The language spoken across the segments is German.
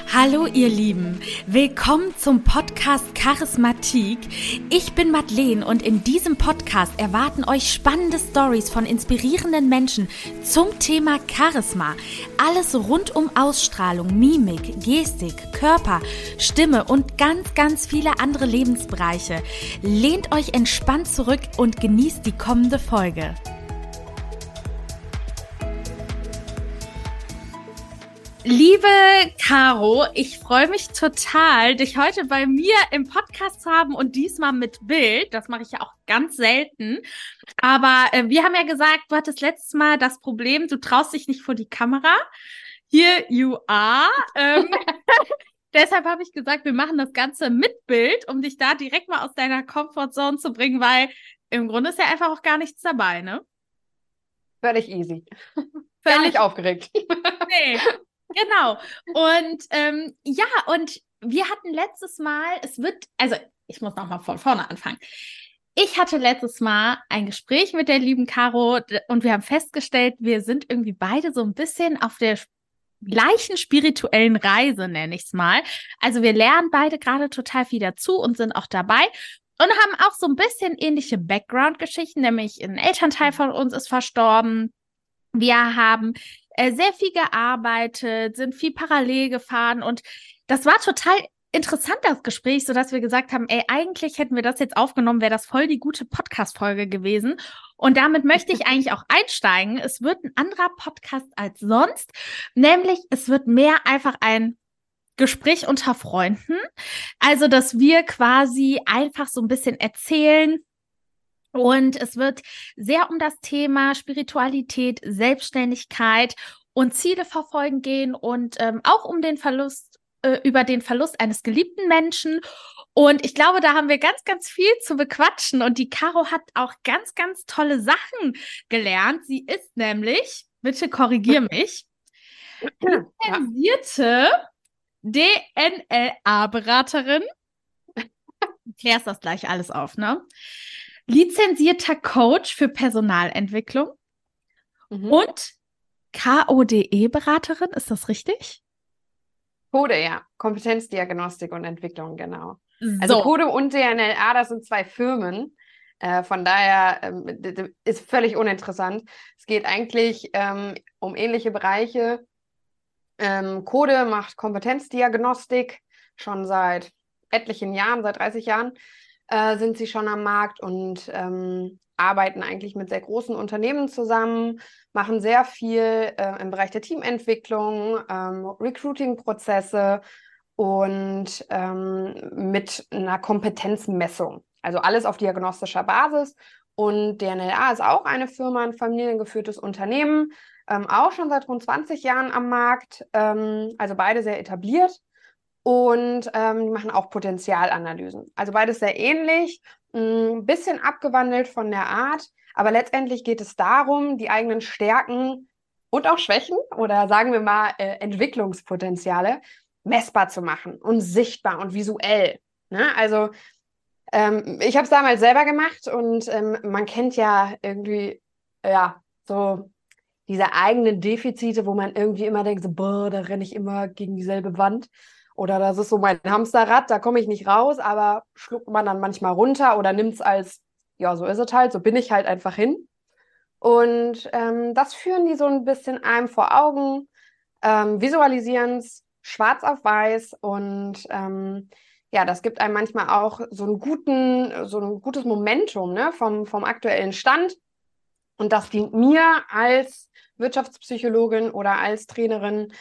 Hallo ihr Lieben, willkommen zum Podcast Charismatik. Ich bin Madeleine und in diesem Podcast erwarten euch spannende Stories von inspirierenden Menschen zum Thema Charisma. Alles rund um Ausstrahlung, Mimik, Gestik, Körper, Stimme und ganz viele andere Lebensbereiche. Lehnt euch entspannt zurück und genießt die kommende Folge. Liebe Caro, ich freue mich total, dich heute bei mir im Podcast zu haben und diesmal mit Bild. Das mache ich ja auch ganz selten. Aber wir haben ja gesagt, du hattest letztes Mal das Problem, du traust dich nicht vor die Kamera. Here you are. Deshalb habe ich gesagt, wir machen das Ganze mit Bild, um dich da direkt mal aus deiner Comfortzone zu bringen, weil im Grunde ist ja einfach auch gar nichts dabei, ne? Völlig easy. Gar nicht aufgeregt. Nee. Genau. Und und wir hatten letztes Mal, ich muss nochmal von vorne anfangen. Ich hatte letztes Mal ein Gespräch mit der lieben Caro und wir haben festgestellt, wir sind irgendwie beide so ein bisschen auf der gleichen spirituellen Reise, nenne ich es mal. Also wir lernen beide gerade total viel dazu und sind auch dabei. Und haben auch so ein bisschen ähnliche Background-Geschichten, nämlich ein Elternteil von uns ist verstorben. Wir haben sehr viel gearbeitet, sind viel parallel gefahren und das war total interessant, das Gespräch, sodass wir gesagt haben, eigentlich hätten wir das jetzt aufgenommen, wäre das voll die gute Podcast-Folge gewesen. Und damit möchte ich eigentlich auch einsteigen. Es wird ein anderer Podcast als sonst, nämlich es wird mehr einfach ein Gespräch unter Freunden. Also, dass wir quasi einfach so ein bisschen erzählen, und es wird sehr um das Thema Spiritualität, Selbstständigkeit und Ziele verfolgen gehen und auch um den über den Verlust eines geliebten Menschen. Und ich glaube, da haben wir ganz viel zu bequatschen. Und die Caro hat auch ganz tolle Sachen gelernt. Sie ist nämlich, bitte korrigier mich, lizenzierte DNLA-Beraterin. Du klärst das gleich alles auf, ne? Lizenzierter Coach für Personalentwicklung und KODE-Beraterin, ist das richtig? Code, ja. Kompetenzdiagnostik und Entwicklung, genau. So. Also Code und DNLA, das sind zwei Firmen. Von daher ist völlig uninteressant. Es geht eigentlich um ähnliche Bereiche. Code macht Kompetenzdiagnostik schon seit etlichen Jahren, seit 30 Jahren sind sie schon am Markt und arbeiten eigentlich mit sehr großen Unternehmen zusammen, machen sehr viel im Bereich der Teamentwicklung, Recruiting-Prozesse und mit einer Kompetenzmessung. Also alles auf diagnostischer Basis. Und DNLA ist auch eine Firma, ein familiengeführtes Unternehmen, auch schon seit rund 20 Jahren am Markt, also beide sehr etabliert. Und die machen auch Potenzialanalysen. Also beides sehr ähnlich, ein bisschen abgewandelt von der Art, aber letztendlich geht es darum, die eigenen Stärken und auch Schwächen oder sagen wir mal Entwicklungspotenziale messbar zu machen und sichtbar und visuell. Ne? Also ich habe es damals selber gemacht und man kennt ja irgendwie ja so diese eigenen Defizite, wo man irgendwie immer denkt, so, boah, da renne ich immer gegen dieselbe Wand. Oder das ist so mein Hamsterrad, da komme ich nicht raus, aber schluckt man dann manchmal runter oder nimmt es als, ja, so ist es halt, so bin ich halt einfach hin. Und das führen die so ein bisschen einem vor Augen, visualisieren es schwarz auf weiß und ja, das gibt einem manchmal auch so ein gutes Momentum, ne, vom aktuellen Stand. Und das dient mir als Wirtschaftspsychologin oder als Trainerin,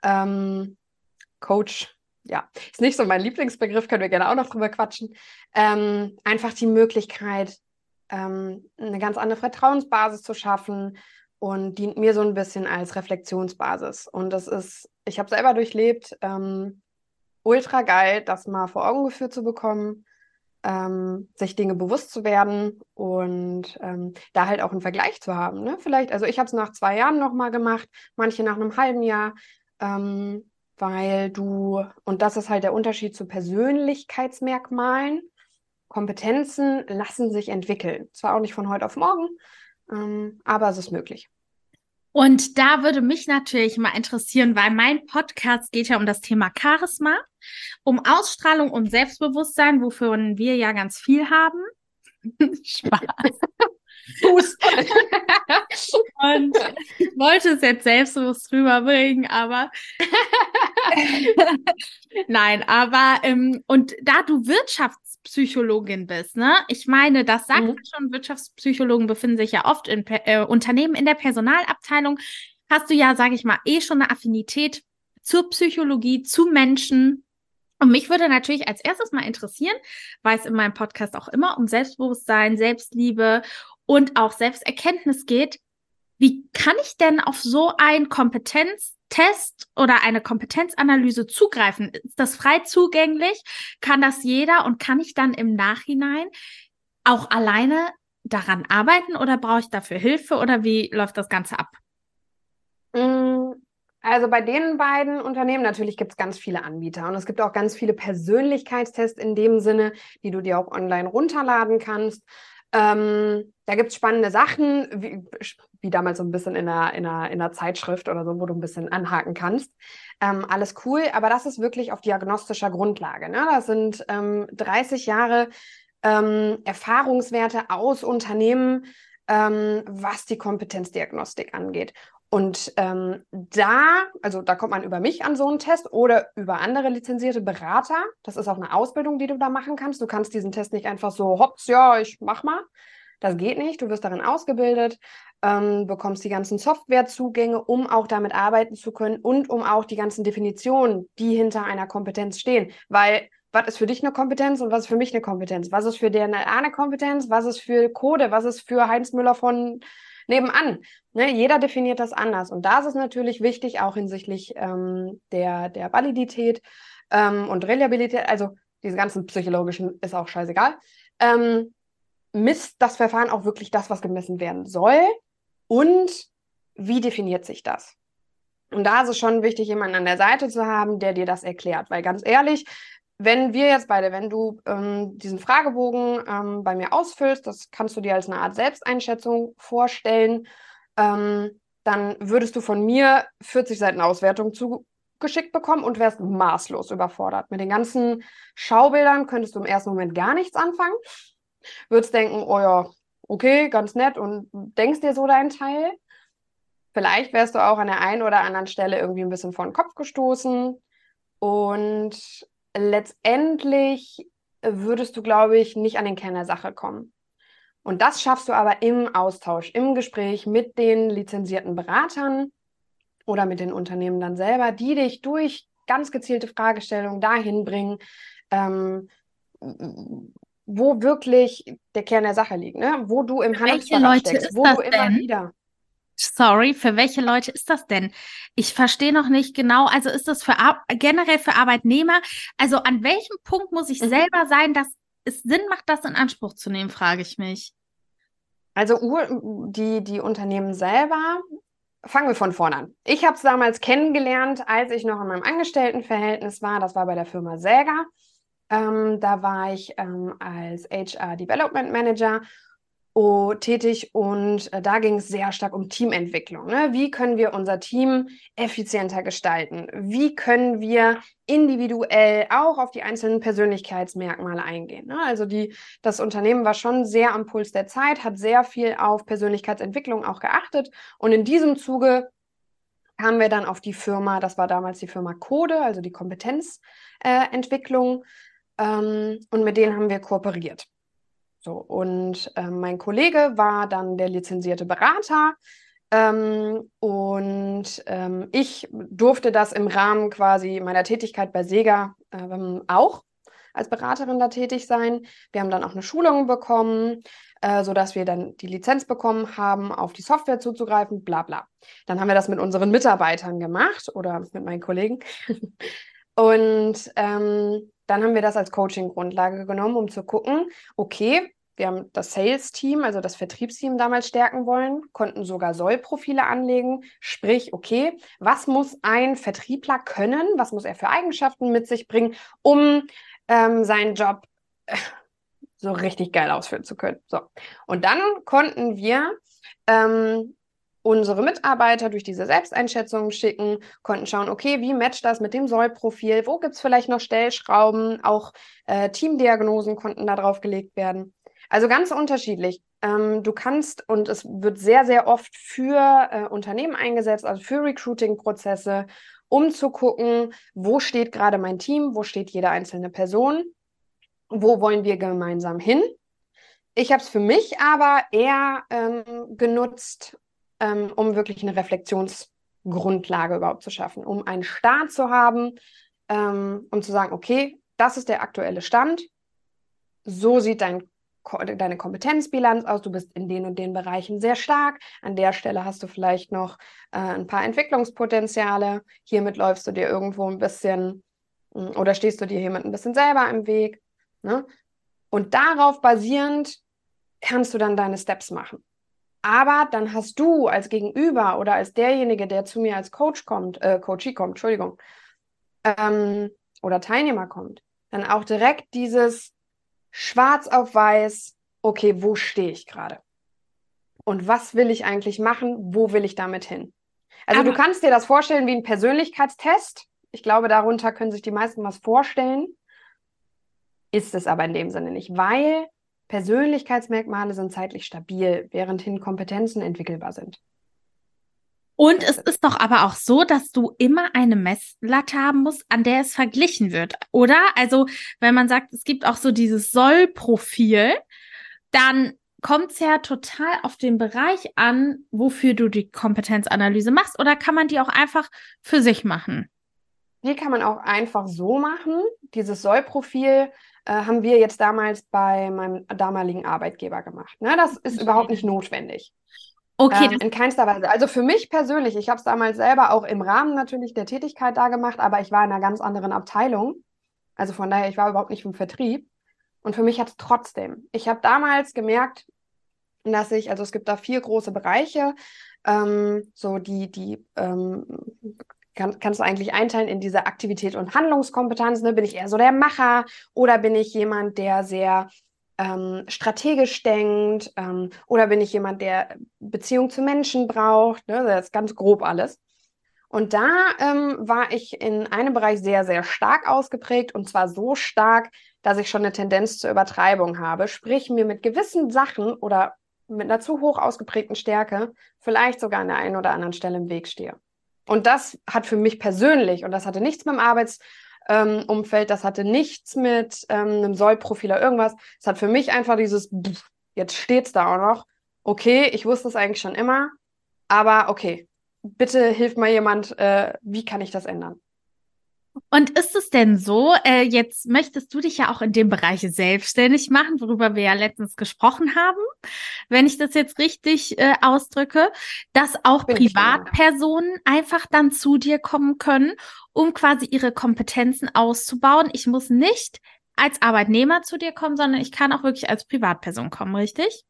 Coach, ja, ist nicht so mein Lieblingsbegriff, können wir gerne auch noch drüber quatschen. Einfach die Möglichkeit, eine ganz andere Vertrauensbasis zu schaffen und dient mir so ein bisschen als Reflexionsbasis. Und das ist, ich habe selber durchlebt, ultra geil, das mal vor Augen geführt zu bekommen, sich Dinge bewusst zu werden und da halt auch einen Vergleich zu haben. Ne? Vielleicht, also ich habe es nach 2 Jahren nochmal gemacht, manche nach einem halben Jahr, weil und das ist halt der Unterschied zu Persönlichkeitsmerkmalen, Kompetenzen lassen sich entwickeln. Zwar auch nicht von heute auf morgen, aber es ist möglich. Und da würde mich natürlich mal interessieren, weil mein Podcast geht ja um das Thema Charisma, um Ausstrahlung, um Selbstbewusstsein, wovon wir ja ganz viel haben. Spaß. Fußball. Und ich wollte es jetzt selbstbewusst rüberbringen, aber nein, aber und da du Wirtschaftspsychologin bist, ne? Ich meine, das sagt man Mhm. schon, Wirtschaftspsychologen befinden sich ja oft in Unternehmen in der Personalabteilung. Hast du ja, sage ich mal, eh schon eine Affinität zur Psychologie, zu Menschen. Und mich würde natürlich als erstes mal interessieren, weil es in meinem Podcast auch immer um Selbstbewusstsein, Selbstliebe und auch Selbsterkenntnis geht. Wie kann ich denn auf so einen Kompetenztest oder eine Kompetenzanalyse zugreifen? Ist das frei zugänglich? Kann das jeder? Und kann ich dann im Nachhinein auch alleine daran arbeiten oder brauche ich dafür Hilfe oder wie läuft das Ganze ab? Mm, Also bei den beiden Unternehmen natürlich gibt es ganz viele Anbieter und es gibt auch ganz viele Persönlichkeitstests in dem Sinne, die du dir auch online runterladen kannst. Da gibt es spannende Sachen, wie damals so ein bisschen in einer Zeitschrift oder so, wo du ein bisschen anhaken kannst. Alles cool, aber das ist wirklich auf diagnostischer Grundlage. Ne? Das sind 30 Jahre Erfahrungswerte aus Unternehmen, was die Kompetenzdiagnostik angeht. Und da kommt man über mich an so einen Test oder über andere lizenzierte Berater. Das ist auch eine Ausbildung, die du da machen kannst. Du kannst diesen Test nicht einfach so, hops, ja, ich mach mal. Das geht nicht. Du wirst darin ausgebildet, bekommst die ganzen Softwarezugänge, um auch damit arbeiten zu können und um auch die ganzen Definitionen, die hinter einer Kompetenz stehen. Weil, was ist für dich eine Kompetenz und was ist für mich eine Kompetenz? Was ist für DNA eine Kompetenz? Was ist für Code? Was ist für Heinz Müller von nebenan? Ne, jeder definiert das anders. Und da ist es natürlich wichtig, auch hinsichtlich der Validität und Reliabilität, also diese ganzen psychologischen ist auch scheißegal, misst das Verfahren auch wirklich das, was gemessen werden soll? Und wie definiert sich das? Und da ist es schon wichtig, jemanden an der Seite zu haben, der dir das erklärt. Weil ganz ehrlich, wenn du diesen Fragebogen bei mir ausfüllst, das kannst du dir als eine Art Selbsteinschätzung vorstellen, dann würdest du von mir 40 Seiten Auswertung zugeschickt bekommen und wärst maßlos überfordert. Mit den ganzen Schaubildern könntest du im ersten Moment gar nichts anfangen, würdest denken, oh ja, okay, ganz nett und denkst dir so deinen Teil. Vielleicht wärst du auch an der einen oder anderen Stelle irgendwie ein bisschen vor den Kopf gestoßen. Und letztendlich würdest du, glaube ich, nicht an den Kern der Sache kommen. Und das schaffst du aber im Austausch, im Gespräch mit den lizenzierten Beratern oder mit den Unternehmen dann selber, die dich durch ganz gezielte Fragestellungen dahin bringen, ähm, wo wirklich der Kern der Sache liegt, ne? Wo du im Für welche Hamsterrad Leute steckst, ist wo das du immer denn? wieder. Sorry, für welche Leute ist das denn? Ich verstehe noch nicht genau. Also ist das für generell für Arbeitnehmer? Also an welchem Punkt muss ich Mhm. selber sein, dass es Sinn macht, das in Anspruch zu nehmen, frage ich mich. Also die Unternehmen selber, fangen wir von vorne an. Ich habe es damals kennengelernt, als ich noch in meinem Angestelltenverhältnis war. Das war bei der Firma Säger. Da war ich als HR Development Manager tätig und da ging es sehr stark um Teamentwicklung. Ne? Wie können wir unser Team effizienter gestalten? Wie können wir individuell auch auf die einzelnen Persönlichkeitsmerkmale eingehen? Ne? Also das Unternehmen war schon sehr am Puls der Zeit, hat sehr viel auf Persönlichkeitsentwicklung auch geachtet und in diesem Zuge kamen wir dann auf die Firma, das war damals die Firma Code, also die Kompetenzentwicklung, und mit denen haben wir kooperiert. So, und mein Kollege war dann der lizenzierte Berater. Ich durfte das im Rahmen quasi meiner Tätigkeit bei Sega auch als Beraterin da tätig sein. Wir haben dann auch eine Schulung bekommen, sodass wir dann die Lizenz bekommen haben, auf die Software zuzugreifen, bla bla. Dann haben wir das mit unseren Mitarbeitern gemacht oder mit meinen Kollegen. Und dann haben wir das als Coaching-Grundlage genommen, um zu gucken, okay, wir haben das Sales-Team, also das Vertriebsteam damals stärken wollen, konnten sogar Soll-Profile anlegen. Sprich, okay, was muss ein Vertriebler können? Was muss er für Eigenschaften mit sich bringen, um seinen Job so richtig geil ausführen zu können? So. Und dann konnten wir ähm, unsere Mitarbeiter durch diese Selbsteinschätzungen schicken, konnten schauen, okay, wie matcht das mit dem Sollprofil, wo gibt es vielleicht noch Stellschrauben, auch Teamdiagnosen konnten da drauf gelegt werden. Also ganz unterschiedlich. Du kannst, und es wird sehr, sehr oft für Unternehmen eingesetzt, also für Recruiting-Prozesse, um zu gucken, wo steht gerade mein Team, wo steht jede einzelne Person, wo wollen wir gemeinsam hin. Ich habe es für mich aber eher genutzt, um wirklich eine Reflexionsgrundlage überhaupt zu schaffen, um einen Start zu haben, um zu sagen, okay, das ist der aktuelle Stand, so sieht deine Kompetenzbilanz aus, du bist in den und den Bereichen sehr stark, an der Stelle hast du vielleicht noch ein paar Entwicklungspotenziale, hiermit läufst du dir irgendwo ein bisschen oder stehst du dir hiermit ein bisschen selber im Weg, ne? Und darauf basierend kannst du dann deine Steps machen. Aber dann hast du als Gegenüber oder als derjenige, der zu mir als Coachee kommt, Entschuldigung, ähm, oder Teilnehmer kommt, dann auch direkt dieses Schwarz auf Weiß, okay, wo stehe ich gerade? Und was will ich eigentlich machen? Wo will ich damit hin? Also du Aber kannst dir das vorstellen wie ein Persönlichkeitstest. Ich glaube, darunter können sich die meisten was vorstellen. Ist es aber in dem Sinne nicht, weil Persönlichkeitsmerkmale sind zeitlich stabil, währendhin Kompetenzen entwickelbar sind. Und Das es ist. ist doch aber auch so, dass du immer eine Messlatte haben musst, an der es verglichen wird, oder? Also, wenn man sagt, es gibt auch so dieses Soll-Profil, dann kommt es ja total auf den Bereich an, wofür du die Kompetenzanalyse machst, oder kann man die auch einfach für sich machen? Die kann man auch einfach so machen. Dieses Soll-Profil haben wir jetzt damals bei meinem damaligen Arbeitgeber gemacht. Ne? Das ist überhaupt nicht notwendig. Okay, das, In keinster Weise. Also für mich persönlich, ich habe es damals selber auch im Rahmen natürlich der Tätigkeit da gemacht, aber ich war in einer ganz anderen Abteilung. Also von daher, ich war überhaupt nicht im Vertrieb. Und für mich hat es trotzdem. Ich habe damals gemerkt, also es gibt da 4 große Bereiche, so kannst du eigentlich einteilen in diese Aktivität und Handlungskompetenz. Ne? Bin ich eher so der Macher oder bin ich jemand, der sehr strategisch denkt, oder bin ich jemand, der Beziehung zu Menschen braucht? Ne? Das ist ganz grob alles. Und da war ich in einem Bereich sehr, sehr stark ausgeprägt und zwar so stark, dass ich schon eine Tendenz zur Übertreibung habe. Sprich, mir mit gewissen Sachen oder mit einer zu hoch ausgeprägten Stärke vielleicht sogar an der einen oder anderen Stelle im Weg stehe. Und das hat für mich persönlich, und das hatte nichts mit dem Arbeitsumfeld, das hatte nichts mit einem Sollprofil oder irgendwas. Es hat für mich einfach dieses, jetzt steht's da auch noch. Okay, ich wusste es eigentlich schon immer, aber okay, bitte hilft mal jemand, wie kann ich das ändern? und ist es denn so, jetzt möchtest du dich ja auch in dem Bereich selbstständig machen, worüber wir ja letztens gesprochen haben, wenn ich das jetzt richtig ausdrücke, dass auch Bin ich genau. Privatpersonen einfach dann zu dir kommen können, um quasi ihre Kompetenzen auszubauen. Ich muss nicht als Arbeitnehmer zu dir kommen, sondern ich kann auch wirklich als Privatperson kommen, richtig?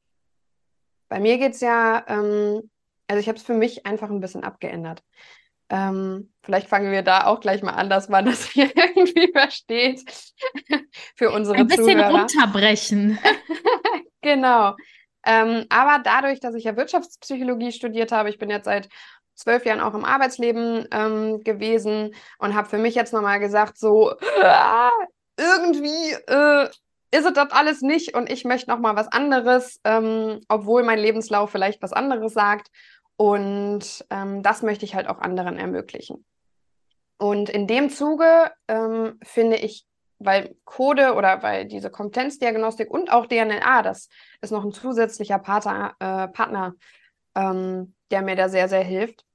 Bei mir geht es ja, also ich habe es für mich einfach ein bisschen abgeändert. Vielleicht fangen wir da auch gleich mal an, dass man das hier irgendwie versteht für unsere Ein bisschen Zuhörer. runterbrechen. Genau. Aber dadurch, dass ich ja Wirtschaftspsychologie studiert habe, ich bin jetzt seit 12 Jahren auch im Arbeitsleben gewesen und habe für mich jetzt nochmal gesagt, so irgendwie ist es das alles nicht und ich möchte nochmal was anderes, obwohl mein Lebenslauf vielleicht was anderes sagt. Und das möchte ich halt auch anderen ermöglichen. Und in dem Zuge finde ich, weil Code oder weil diese Kompetenzdiagnostik und auch DNLA, das ist noch ein zusätzlicher Partner, der mir da sehr, sehr hilft.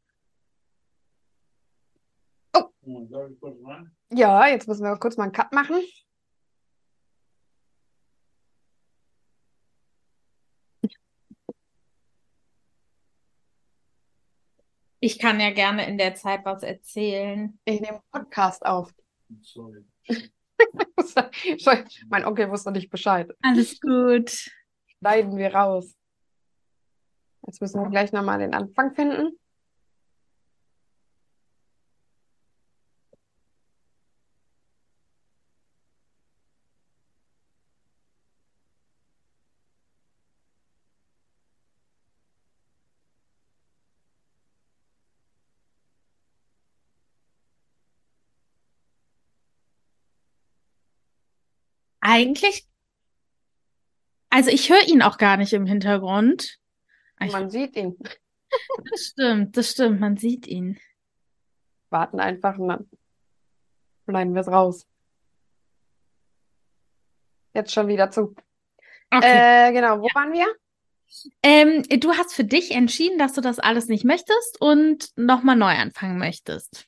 Oh, ja, jetzt müssen wir kurz mal einen Cut machen. Ich kann ja gerne in der Zeit was erzählen. Ich nehme einen Podcast auf. Sorry. Mein Onkel wusste nicht Bescheid. Alles gut. Schneiden wir raus. Jetzt müssen wir gleich nochmal den Anfang finden. Eigentlich, also ich höre ihn auch gar nicht im Hintergrund. Ich, Man sieht ihn. das stimmt, man sieht ihn. Warten einfach und dann schneiden wir es raus. Jetzt schon wieder zu. Okay. Genau, wo waren wir? Du hast für dich entschieden, dass du das alles nicht möchtest und nochmal neu anfangen möchtest.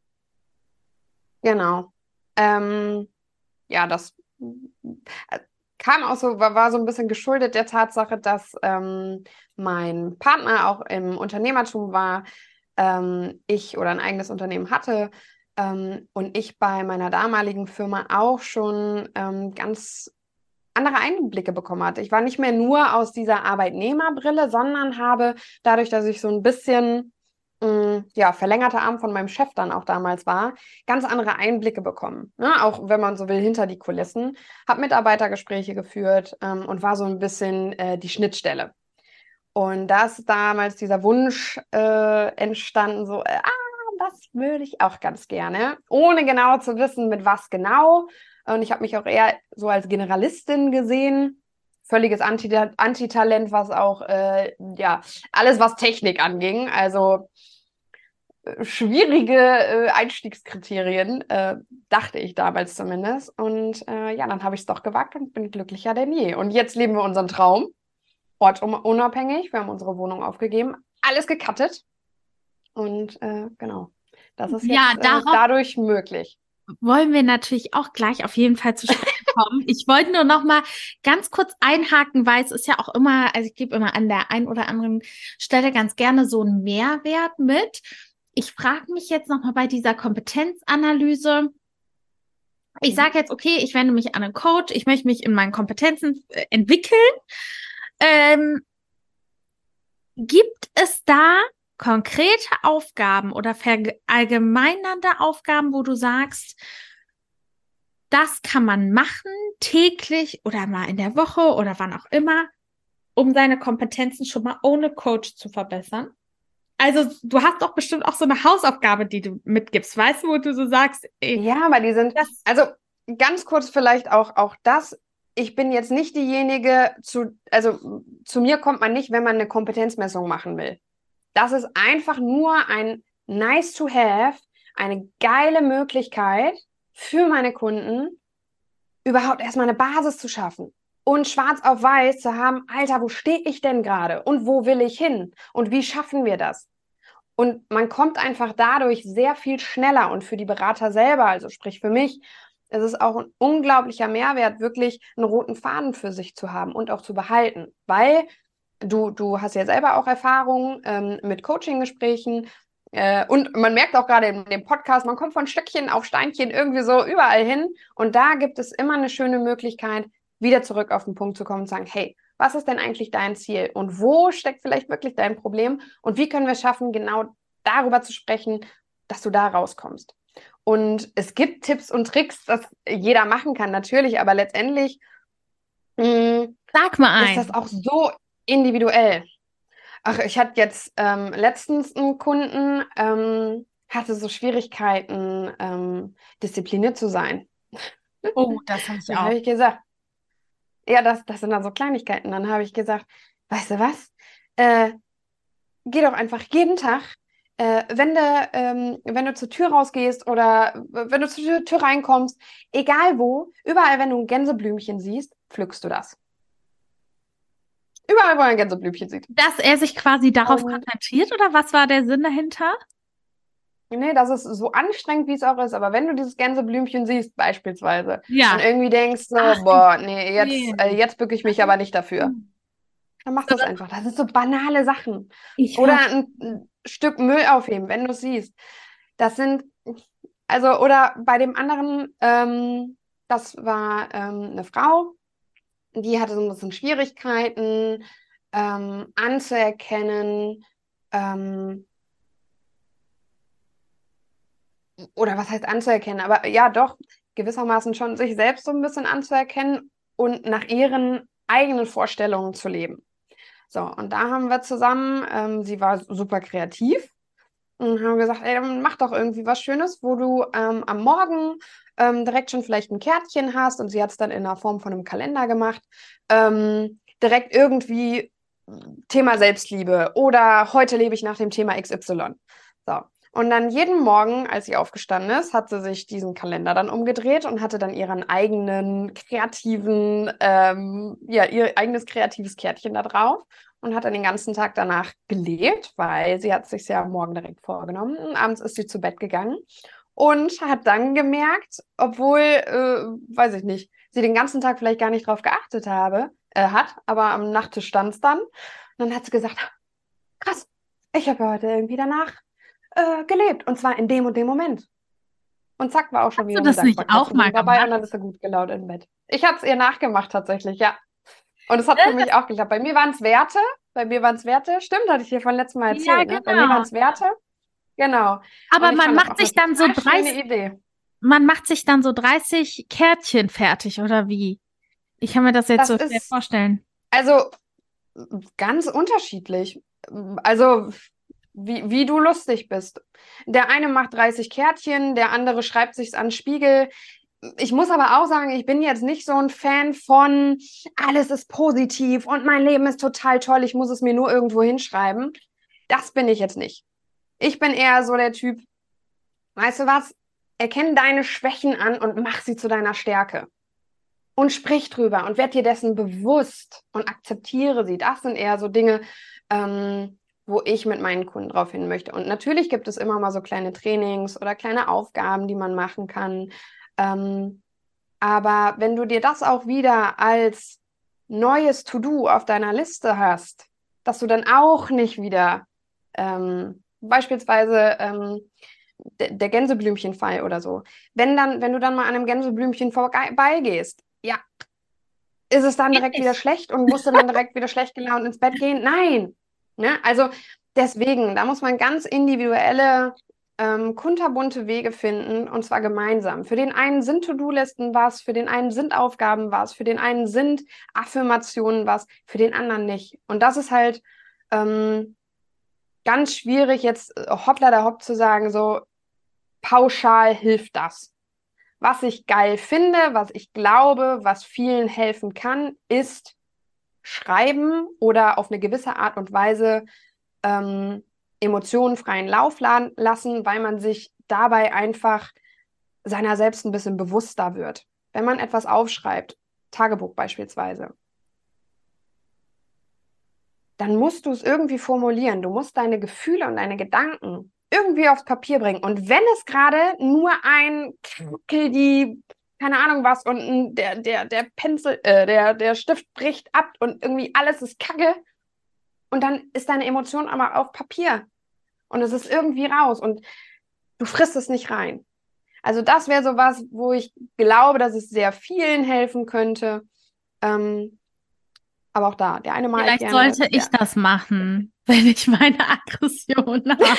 Genau. Ja, das kam auch so, war so ein bisschen geschuldet der Tatsache, dass mein Partner auch im Unternehmertum war, ich oder ein eigenes Unternehmen hatte und ich bei meiner damaligen Firma auch schon ganz andere Einblicke bekommen hatte. Ich war nicht mehr nur aus dieser Arbeitnehmerbrille, sondern habe dadurch, dass ich so ein bisschen ja, verlängerter Arm von meinem Chef dann auch damals war, ganz andere Einblicke bekommen. Ne? Auch wenn man so will, hinter die Kulissen. Habe Mitarbeitergespräche geführt und war so ein bisschen die Schnittstelle. Und da ist damals dieser Wunsch entstanden, so, das würde ich auch ganz gerne, ohne genau zu wissen, mit was genau. Und ich habe mich auch eher so als Generalistin gesehen. Völliges Antitalent, was auch, ja, alles, was Technik anging. Also schwierige Einstiegskriterien, dachte ich damals zumindest. Und ja, dann habe ich es doch gewagt und bin glücklicher denn je. Und jetzt leben wir unseren Traum, ortunabhängig. Wir haben unsere Wohnung aufgegeben, alles gecuttet. Und genau, das ist Ja, jetzt darauf dadurch möglich. wollen wir natürlich auch gleich auf jeden Fall zu sprechen kommen. Ich wollte nur noch mal ganz kurz einhaken, weil es ist ja auch immer, also ich gebe immer an der einen oder anderen Stelle ganz gerne so einen Mehrwert mit. Ich frage mich jetzt noch mal bei dieser Kompetenzanalyse. Ich Mhm. sage jetzt, okay, ich wende mich an einen Coach, ich möchte mich in meinen Kompetenzen entwickeln. Ähm, Gibt es da konkrete Aufgaben oder verallgemeinernde Aufgaben, wo du sagst, das kann man machen, täglich oder mal in der Woche oder wann auch immer, um seine Kompetenzen schon mal ohne Coach zu verbessern? Also, du hast doch bestimmt auch so eine Hausaufgabe, die du mitgibst, weißt du, wo du so sagst, ey, Ja, aber die sind, das, also ganz kurz vielleicht auch das. Ich bin jetzt nicht diejenige also zu mir kommt man nicht, wenn man eine Kompetenzmessung machen will. Das ist einfach nur ein nice to have, eine geile Möglichkeit für meine Kunden, überhaupt erstmal eine Basis zu schaffen und schwarz auf weiß zu haben, Alter, wo stehe ich denn gerade und wo will ich hin und wie schaffen wir das? Und man kommt einfach dadurch sehr viel schneller und für die Berater selber, also sprich für mich, es ist auch ein unglaublicher Mehrwert, wirklich einen roten Faden für sich zu haben und auch zu behalten, weil du hast ja selber auch Erfahrungen mit Coaching-Gesprächen und man merkt auch gerade in dem Podcast, man kommt von Stöckchen auf Steinchen irgendwie so überall hin und da gibt es immer eine schöne Möglichkeit, wieder zurück auf den Punkt zu kommen und zu sagen, hey, was ist denn eigentlich dein Ziel und wo steckt vielleicht wirklich dein Problem und wie können wir es schaffen, genau darüber zu sprechen, dass du da rauskommst. Und es gibt Tipps und Tricks, das jeder machen kann, natürlich, aber letztendlich mh, sag mal ist das ein. auch so individuell. Ach, ich hatte jetzt letztens einen Kunden, hatte so Schwierigkeiten, diszipliniert zu sein. Oh, das habe ich Dann auch. habe ich gesagt, ja, das sind dann so Kleinigkeiten. Dann habe ich gesagt, weißt du was? Äh, Geh doch einfach jeden Tag, wenn du zur Tür rausgehst oder wenn du zur Tür reinkommst, egal wo, überall, wenn du ein Gänseblümchen siehst, pflückst du das. Überall, wo ein Gänseblümchen sieht. Dass er sich quasi darauf Und konzentriert oder was war der Sinn dahinter? nee, das ist so anstrengend, wie es auch ist, aber wenn du dieses Gänseblümchen siehst, beispielsweise, und Ja. irgendwie denkst so, Ach, boah, nee, okay. jetzt bücke ich mich aber nicht dafür, dann mach das einfach. Das sind so banale Sachen. Ich Oder verstehe. ein Stück Müll aufheben, wenn du es siehst. Das sind, also, oder bei dem anderen, das war eine Frau, die hatte so ein bisschen Schwierigkeiten anzuerkennen, ähm, oder was heißt anzuerkennen, aber ja, doch, gewissermaßen schon sich selbst so ein bisschen anzuerkennen und nach ihren eigenen Vorstellungen zu leben. So, und da haben wir zusammen, sie war super kreativ Und haben gesagt, ey, dann mach doch irgendwie was Schönes, wo du am Morgen direkt schon vielleicht ein Kärtchen hast, und sie hat es dann in der Form von einem Kalender gemacht, direkt irgendwie Thema Selbstliebe oder heute lebe ich nach dem Thema XY. So. Und dann jeden Morgen, als sie aufgestanden ist, hat sie sich diesen Kalender dann umgedreht und hatte dann ihren eigenen kreativen, ihr eigenes kreatives Kärtchen da drauf und hat dann den ganzen Tag danach gelebt, weil sie hat sich ja am Morgen direkt vorgenommen. Und abends ist sie zu Bett gegangen und hat dann gemerkt, obwohl, weiß ich nicht, sie den ganzen Tag vielleicht gar nicht drauf geachtet hat, aber am Nachttisch stand es dann. Und dann hat sie gesagt, krass, ich habe heute irgendwie danach gelebt. Und zwar in dem und dem Moment. Und zack, war auch schon Hast du wieder eine das nicht auch mal Dankbarkeitsübung dabei und gemacht? dann ist er gut gelaunt im Bett. Ich habe es ihr nachgemacht tatsächlich, ja. Und es hat für mich auch geklappt. Bei mir waren es Werte. Stimmt, hatte ich dir von letztem Mal Ja, erzählt, ne? Bei mir waren genau. es Werte. Genau. Und Aber ich man fand das macht auch eine sich dann so total schöne 30, Idee. man macht sich dann so 30 Kärtchen fertig, oder wie? Ich kann mir das jetzt Das so schwer ist vorstellen. also ganz unterschiedlich. Also, wie du lustig bist. Der eine macht 30 Kärtchen, der andere schreibt sich's an den Spiegel. Ich muss aber auch sagen, ich bin jetzt nicht so ein Fan von alles ist positiv und mein Leben ist total toll, ich muss es mir nur irgendwo hinschreiben. Das bin ich jetzt nicht. Ich bin eher so der Typ, weißt du was? Erkenn deine Schwächen an und mach sie zu deiner Stärke. Und sprich drüber und werd dir dessen bewusst und akzeptiere sie. Das sind eher so Dinge, wo ich mit meinen Kunden drauf hin möchte. Und natürlich gibt es immer mal so kleine Trainings oder kleine Aufgaben, die man machen kann. Ähm, aber wenn du dir das auch wieder als neues To-Do auf deiner Liste hast, dass du dann auch nicht wieder beispielsweise der Gänseblümchenfall oder so. Wenn du dann mal an einem Gänseblümchen vorbeigehst, ja, ist es dann direkt wieder Ähnlich. schlecht und musst du dann direkt wieder schlecht gelaunt ins Bett gehen? Nein. Ne? Also deswegen, da muss man ganz individuelle, kunterbunte Wege finden und zwar gemeinsam. Für den einen sind To-Do-Listen was, für den einen sind Aufgaben was, für den einen sind Affirmationen was, für den anderen nicht. Und das ist halt ganz schwierig, jetzt hoppla da hopp zu sagen, so pauschal hilft das. Was ich geil finde, was ich glaube, was vielen helfen kann, ist schreiben oder auf eine gewisse Art und Weise Emotionen freien Lauf lassen, weil man sich dabei einfach seiner selbst ein bisschen bewusster wird. Wenn man etwas aufschreibt, Tagebuch beispielsweise, dann musst du es irgendwie formulieren. Du musst deine Gefühle und deine Gedanken irgendwie aufs Papier bringen. Und wenn es gerade nur ein Krickel, die, keine Ahnung was, und der Pinsel, der Stift bricht ab und irgendwie alles ist Kacke. Und dann ist deine Emotion aber auf Papier. Und es ist irgendwie raus und du frisst es nicht rein. Also das wäre so was, wo ich glaube, dass es sehr vielen helfen könnte. Aber auch da, der eine malt Vielleicht gerne, sollte ich das machen, wenn ich meine Aggression habe.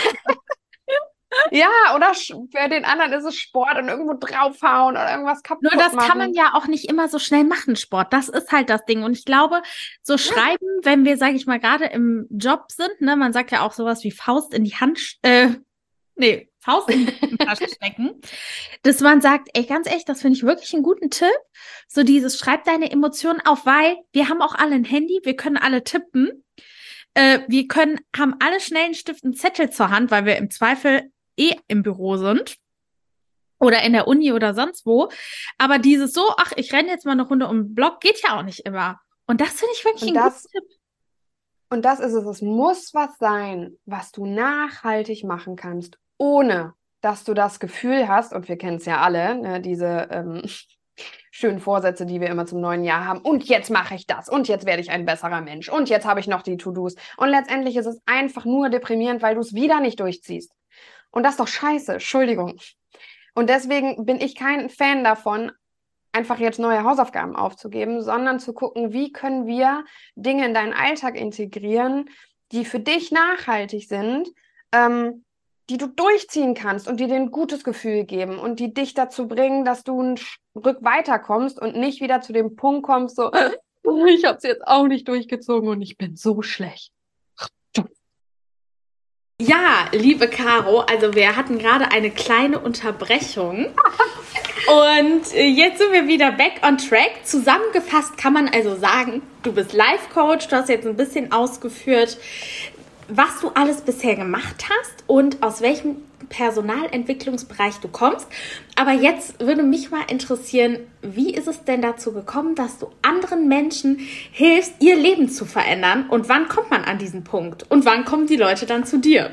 ja, oder für den anderen ist es Sport und irgendwo draufhauen oder irgendwas Nur kaputt das kann man machen. ja auch nicht immer so schnell machen, Sport. Das ist halt das Ding. Und ich glaube, so Ja, schreiben, wenn wir, sage ich mal, gerade im Job sind, ne, man sagt ja auch sowas wie Faust in die Hand, nee, Faust in die Hosentasche stecken, dass man sagt, ey, ganz ehrlich, das finde ich wirklich einen guten Tipp. So dieses, schreib deine Emotionen auf, weil wir haben auch alle ein Handy, wir können alle tippen. Wir haben alle schnell einen Stift, einen Zettel zur Hand, weil wir im Zweifel eh im Büro sind oder in der Uni oder sonst wo. Aber dieses so, ach, ich renne jetzt mal eine Runde um den Block, geht ja auch nicht immer. Und das finde ich wirklich und einen guten das, Tipp. und das ist es. Es muss was sein, was du nachhaltig machen kannst, ohne dass du das Gefühl hast, und wir kennen es ja alle, ne, diese schönen Vorsätze, die wir immer zum neuen Jahr haben. Und jetzt mache ich das. Und jetzt werde ich ein besserer Mensch. Und jetzt habe ich noch die To-Dos. Und letztendlich ist es einfach nur deprimierend, weil du es wieder nicht durchziehst. Und das ist doch scheiße. Entschuldigung. Und deswegen bin ich kein Fan davon, einfach jetzt neue Hausaufgaben aufzugeben, sondern zu gucken, wie können wir Dinge in deinen Alltag integrieren, die für dich nachhaltig sind, ähm, die du durchziehen kannst und die dir ein gutes Gefühl geben und die dich dazu bringen, dass du ein Stück weiterkommst und nicht wieder zu dem Punkt kommst, so, ich habe es jetzt auch nicht durchgezogen und ich bin so schlecht. Ja, liebe Caro, also wir hatten gerade eine kleine Unterbrechung und jetzt sind wir wieder back on track. Zusammengefasst kann man also sagen, du bist Life-Coach, du hast jetzt ein bisschen ausgeführt, was du alles bisher gemacht hast und aus welchem Personalentwicklungsbereich du kommst. Aber jetzt würde mich mal interessieren, wie ist es denn dazu gekommen, dass du anderen Menschen hilfst, ihr Leben zu verändern? Und wann kommt man an diesen Punkt? Und wann kommen die Leute dann zu dir?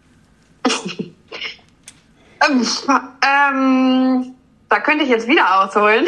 Da könnte ich jetzt wieder ausholen.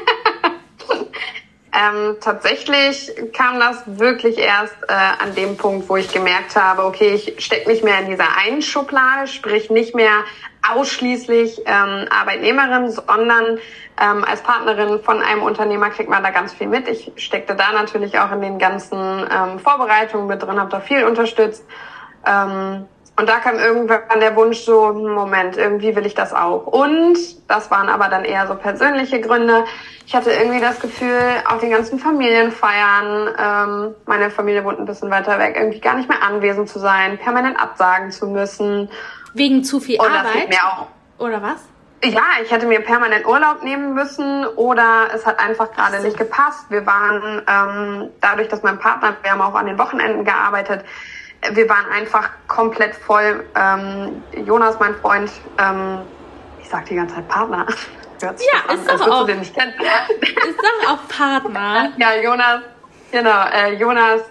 Tatsächlich kam das wirklich erst an dem Punkt, wo ich gemerkt habe, okay, ich stecke nicht mehr in dieser einen Schublade, sprich nicht mehr ausschließlich Arbeitnehmerin, sondern als Partnerin von einem Unternehmer kriegt man da ganz viel mit. Ich steckte da natürlich auch in den ganzen Vorbereitungen mit drin, habe da viel unterstützt. Und da kam irgendwann der Wunsch so, Moment, irgendwie will ich das auch. Und das waren aber dann eher so persönliche Gründe. Ich hatte irgendwie das Gefühl, auf den ganzen Familienfeiern, meine Familie wohnt ein bisschen weiter weg, irgendwie gar nicht mehr anwesend zu sein, permanent absagen zu müssen. Wegen zu viel Arbeit? Das geht mir auch. Oder was? Ja, ich hätte mir permanent Urlaub nehmen müssen oder es hat einfach gerade nicht gepasst. Wir waren, dadurch, dass mein Partner, wir haben auch an den Wochenenden gearbeitet, wir waren einfach komplett voll. Jonas, mein Freund, ich sag die ganze Zeit Partner. Ja, ist doch auch. Du den nicht kennen. Ist doch auch Partner. Ja, Jonas, genau. Jonas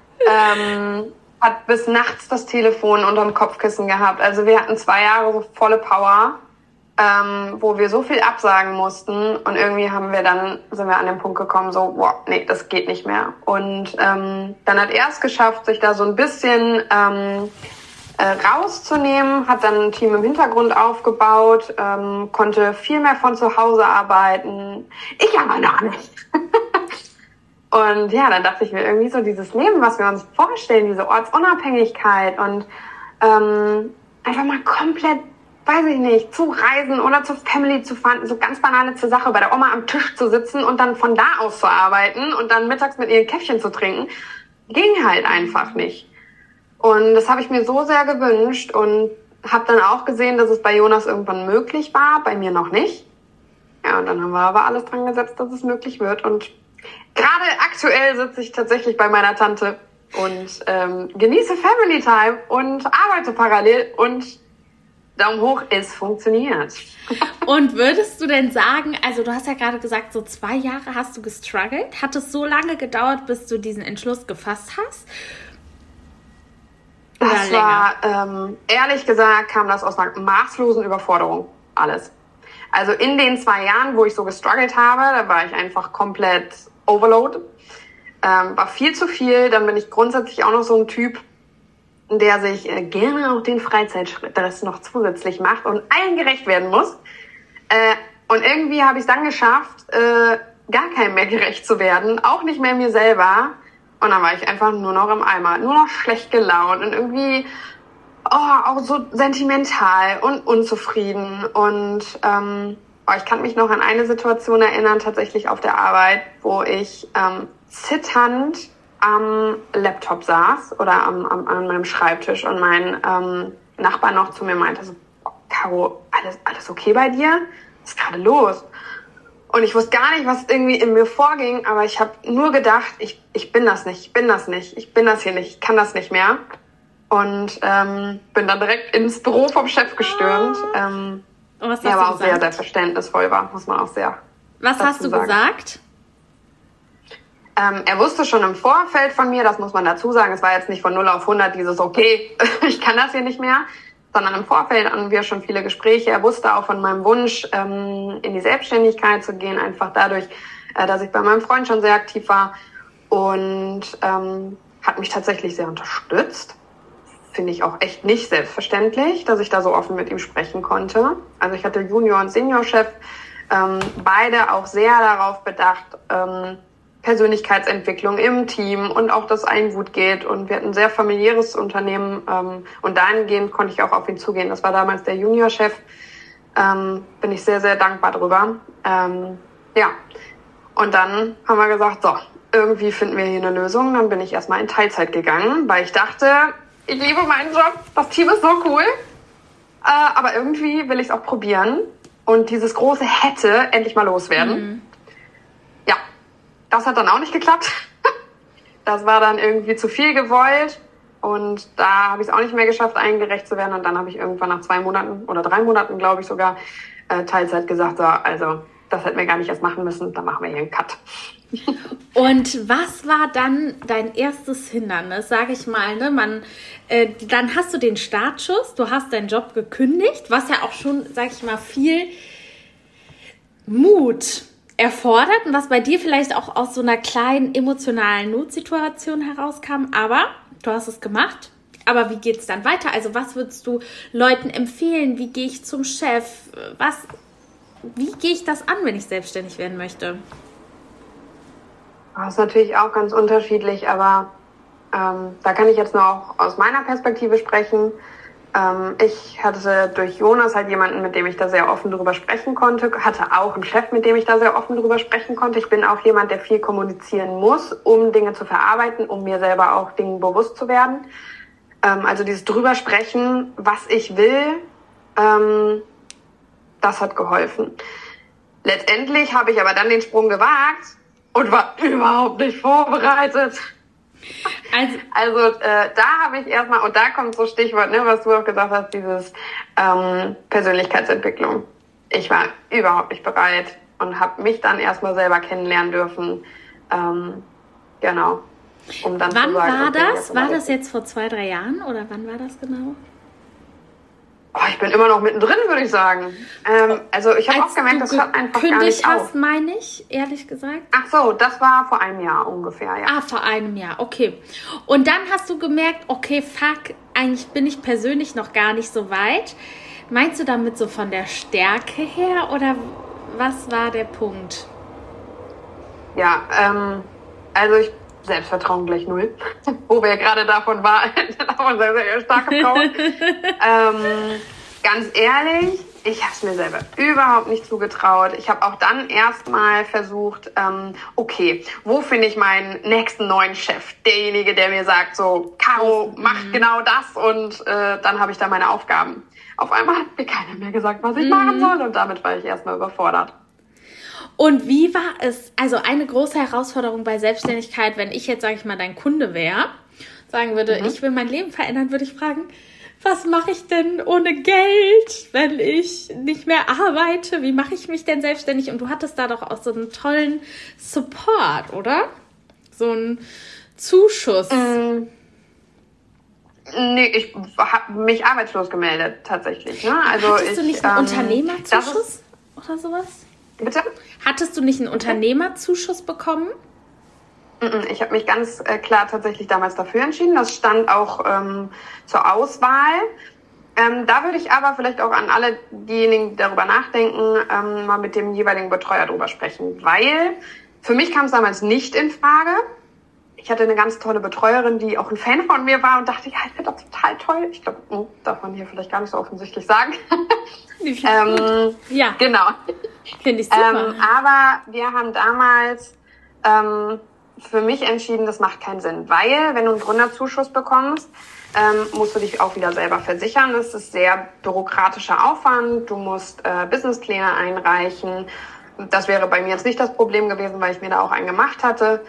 hat bis nachts das Telefon unterm Kopfkissen gehabt. Also wir hatten 2 Jahre so volle Power, wo wir so viel absagen mussten und irgendwie sind wir an den Punkt gekommen, so, boah, nee, das geht nicht mehr. Und dann hat er es geschafft, sich da so ein bisschen rauszunehmen, hat dann ein Team im Hintergrund aufgebaut, konnte viel mehr von zu Hause arbeiten. Ich aber noch nicht. Und ja, dann dachte ich mir irgendwie so, dieses Leben, was wir uns vorstellen, diese Ortsunabhängigkeit und einfach mal komplett, weiß ich nicht, zu reisen oder zur Family zu fahren, so ganz banale zur Sache, bei der Oma am Tisch zu sitzen und dann von da aus zu arbeiten und dann mittags mit ihr ein Käffchen zu trinken, ging halt einfach nicht. Und das habe ich mir so sehr gewünscht und habe dann auch gesehen, dass es bei Jonas irgendwann möglich war, bei mir noch nicht. Ja, und dann haben wir aber alles dran gesetzt, dass es möglich wird. Und gerade aktuell sitze ich tatsächlich bei meiner Tante und genieße Family Time und arbeite parallel und Daumen hoch, es funktioniert. Und würdest du denn sagen, also du hast ja gerade gesagt, so 2 Jahre hast du gestruggelt. Hat es so lange gedauert, bis du diesen Entschluss gefasst hast? Das war, ehrlich gesagt, kam das aus einer maßlosen Überforderung. Alles. Also in den 2 Jahren, wo ich so gestruggelt habe, da war ich einfach komplett overload. War viel zu viel. Dann bin ich grundsätzlich auch noch so ein Typ, der sich gerne auch den Freizeitstress noch zusätzlich macht und allen gerecht werden muss. Und irgendwie habe ich es dann geschafft, gar keinem mehr gerecht zu werden, auch nicht mehr mir selber. Und dann war ich einfach nur noch im Eimer, nur noch schlecht gelaunt und irgendwie auch so sentimental und unzufrieden. Und ich kann mich noch an eine Situation erinnern, tatsächlich auf der Arbeit, wo ich zitternd am Laptop saß oder an meinem Schreibtisch und mein Nachbar noch zu mir meinte, so, Caro, alles okay bei dir? Was ist gerade los? Und ich wusste gar nicht, was irgendwie in mir vorging, aber ich habe nur gedacht, ich bin das nicht, ich bin das hier nicht, ich kann das nicht mehr. Und bin dann direkt ins Büro vom Chef gestürmt. Was hast der du aber auch gesagt? sehr, sehr verständnisvoll war, muss man auch sehr Was hast du sagen. gesagt? Er wusste schon im Vorfeld von mir, das muss man dazu sagen, es war jetzt nicht von 0 auf 100 dieses, okay, ich kann das hier nicht mehr, sondern im Vorfeld hatten wir schon viele Gespräche. Er wusste auch von meinem Wunsch, in die Selbstständigkeit zu gehen, einfach dadurch, dass ich bei meinem Freund schon sehr aktiv war und hat mich tatsächlich sehr unterstützt. Finde ich auch echt nicht selbstverständlich, dass ich da so offen mit ihm sprechen konnte. Also ich hatte Junior- und Seniorchef, beide auch sehr darauf bedacht, Persönlichkeitsentwicklung im Team und auch, dass allen gut geht. Und wir hatten ein sehr familiäres Unternehmen und dahingehend konnte ich auch auf ihn zugehen. Das war damals der Juniorchef. Bin ich sehr, sehr dankbar drüber. Ja, und dann haben wir gesagt, so, irgendwie finden wir hier eine Lösung. Dann bin ich erstmal in Teilzeit gegangen, weil ich dachte, Ich liebe meinen Job. Das Team ist so cool. Aber irgendwie will ich es auch probieren und dieses große hätte endlich mal loswerden. Ja, das hat dann auch nicht geklappt. Das war dann irgendwie zu viel gewollt und da habe ich es auch nicht mehr geschafft, eingereicht zu werden. Und dann habe ich irgendwann nach 2 Monaten oder 3 Monaten, glaube ich sogar, Teilzeit gesagt, so, also das hätten wir gar nicht erst machen müssen, dann machen wir hier einen Cut. Und was war dann dein erstes Hindernis, sage ich mal, ne? Dann hast du den Startschuss, du hast deinen Job gekündigt, was ja auch schon, sage ich mal, viel Mut erfordert und was bei dir vielleicht auch aus so einer kleinen emotionalen Notsituation herauskam, aber du hast es gemacht. Aber wie geht's dann weiter? Also was würdest du Leuten empfehlen? Wie gehe ich zum Chef? Wie gehe ich das an, wenn ich selbstständig werden möchte? Das ist natürlich auch ganz unterschiedlich, aber da kann ich jetzt nur auch aus meiner Perspektive sprechen. Ich hatte durch Jonas halt jemanden, mit dem ich da sehr offen drüber sprechen konnte, hatte auch einen Chef, mit dem ich da sehr offen drüber sprechen konnte. Ich bin auch jemand, der viel kommunizieren muss, um Dinge zu verarbeiten, um mir selber auch Dingen bewusst zu werden. Also dieses drüber sprechen, was ich will, das hat geholfen. Letztendlich habe ich aber dann den Sprung gewagt und war überhaupt nicht vorbereitet. Also da habe ich erstmal, und da kommt so Stichwort, ne, was du auch gesagt hast, dieses Persönlichkeitsentwicklung. Ich war überhaupt nicht bereit und habe mich dann erstmal selber kennenlernen dürfen. Genau. Um dann wann zu sagen, war okay, das? War das jetzt vor 2, 3 Jahren oder wann war das genau? Oh, ich bin immer noch mittendrin, würde ich sagen. Also ich habe auch gemerkt, das hört einfach gar nicht auf. Hast, meine ich, ehrlich gesagt. Ach so, das war vor einem Jahr ungefähr, ja. Ah, vor einem Jahr, okay. Und dann hast du gemerkt, okay, fuck, eigentlich bin ich persönlich noch gar nicht so weit. Meinst du damit so von der Stärke her oder was war der Punkt? Ja, also Selbstvertrauen gleich 0, wo wir ja gerade davon sehr, sehr starke Frauen. Ganz ehrlich, ich habe es mir selber überhaupt nicht zugetraut. Ich habe auch dann erstmal versucht, okay, wo finde ich meinen nächsten neuen Chef? Derjenige, der mir sagt, so, Caro, mach genau das und dann habe ich da meine Aufgaben. Auf einmal hat mir keiner mehr gesagt, was ich machen soll und damit war ich erstmal überfordert. Und wie war es, also eine große Herausforderung bei Selbstständigkeit, wenn ich jetzt, sage ich mal, dein Kunde wäre, sagen würde, ich will mein Leben verändern, würde ich fragen, was mache ich denn ohne Geld, wenn ich nicht mehr arbeite? Wie mache ich mich denn selbstständig? Und du hattest da doch auch so einen tollen Support, oder? So einen Zuschuss. Nee, ich habe mich arbeitslos gemeldet, tatsächlich. Ne? Also hattest du nicht einen Unternehmerzuschuss oder sowas? Bitte? Hattest du nicht einen Unternehmerzuschuss bekommen? Ich habe mich ganz klar tatsächlich damals dafür entschieden. Das stand auch zur Auswahl. Da würde ich aber vielleicht auch an alle diejenigen, die darüber nachdenken, mal mit dem jeweiligen Betreuer drüber sprechen. Weil für mich kam es damals nicht in Frage. Ich hatte eine ganz tolle Betreuerin, die auch ein Fan von mir war und dachte, ja, ich finde das total toll. Ich glaube, darf man hier vielleicht gar nicht so offensichtlich sagen. Ja, genau. Finde ich super. Aber wir haben damals für mich entschieden, das macht keinen Sinn, weil wenn du einen Gründerzuschuss bekommst, musst du dich auch wieder selber versichern. Das ist sehr bürokratischer Aufwand. Du musst Businesspläne einreichen. Das wäre bei mir jetzt nicht das Problem gewesen, weil ich mir da auch einen gemacht hatte.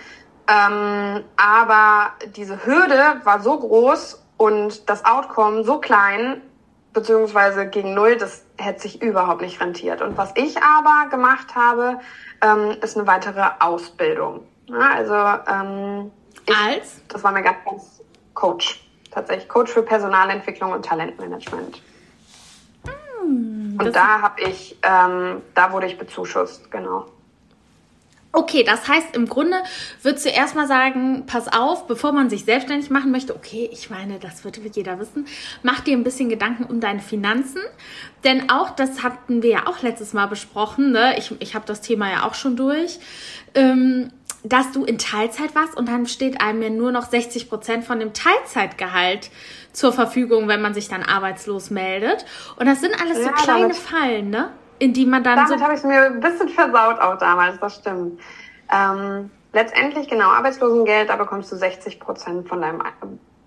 Aber diese Hürde war so groß und das Outcome so klein, beziehungsweise gegen 0, das hätte sich überhaupt nicht rentiert. Und was ich aber gemacht habe, ist eine weitere Ausbildung. Ja, also das war mir ganz Coach. Tatsächlich Coach für Personalentwicklung und Talentmanagement. Und da wurde ich bezuschusst, genau. Okay, das heißt, im Grunde würdest du erstmal sagen, pass auf, bevor man sich selbstständig machen möchte, okay, ich meine, das wird jeder wissen, mach dir ein bisschen Gedanken um deine Finanzen, denn auch, das hatten wir ja auch letztes Mal besprochen, ne? Ich habe das Thema ja auch schon durch, dass du in Teilzeit warst und dann steht einem ja nur noch 60% von dem Teilzeitgehalt zur Verfügung, wenn man sich dann arbeitslos meldet. Und das sind alles so kleine Fallen, ne? In die man dann damit habe ich es mir ein bisschen versaut auch damals, das stimmt. Letztendlich, genau, Arbeitslosengeld, da bekommst du 60% von deinem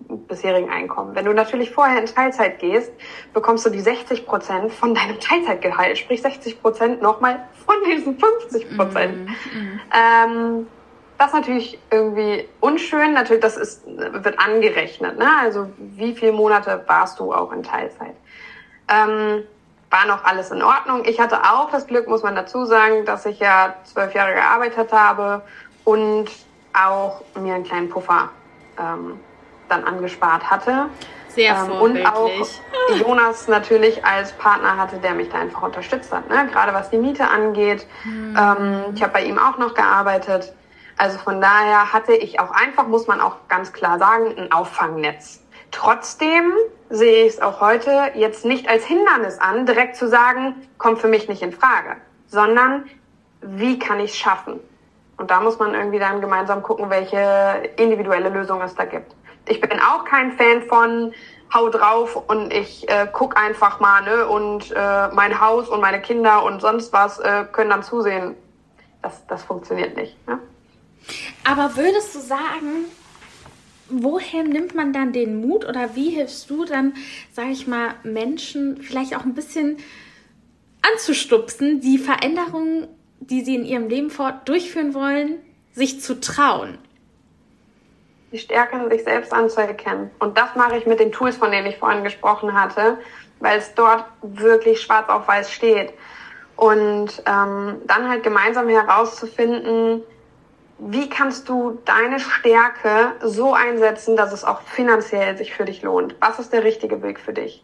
bisherigen Einkommen. Wenn du natürlich vorher in Teilzeit gehst, bekommst du die 60% von deinem Teilzeitgehalt, sprich 60% nochmal von diesen 50%. Das ist natürlich irgendwie unschön. Natürlich, wird angerechnet, ne? Also wie viele Monate warst du auch in Teilzeit? War noch alles in Ordnung. Ich hatte auch das Glück, muss man dazu sagen, dass ich ja 12 Jahre gearbeitet habe und auch mir einen kleinen Puffer dann angespart hatte. Sehr vorbildlich. Und auch Jonas natürlich als Partner hatte, der mich da einfach unterstützt hat, ne? Gerade was die Miete angeht. Ich habe bei ihm auch noch gearbeitet. Also von daher hatte ich auch einfach, muss man auch ganz klar sagen, ein Auffangnetz. Trotzdem sehe ich es auch heute jetzt nicht als Hindernis an, direkt zu sagen, kommt für mich nicht in Frage, sondern wie kann ich es schaffen? Und da muss man irgendwie dann gemeinsam gucken, welche individuelle Lösung es da gibt. Ich bin auch kein Fan von hau drauf und ich guck einfach mal, ne, und mein Haus und meine Kinder und sonst was können dann zusehen. Das funktioniert nicht, ne? Aber würdest du sagen, woher nimmt man dann den Mut oder wie hilfst du dann, sage ich mal, Menschen vielleicht auch ein bisschen anzustupsen, die Veränderungen, die sie in ihrem Leben durchführen wollen, sich zu trauen? Die Stärke in sich selbst anzuerkennen. Und das mache ich mit den Tools, von denen ich vorhin gesprochen hatte, weil es dort wirklich schwarz auf weiß steht. Und dann halt gemeinsam herauszufinden, wie kannst du deine Stärke so einsetzen, dass es auch finanziell sich für dich lohnt? Was ist der richtige Weg für dich?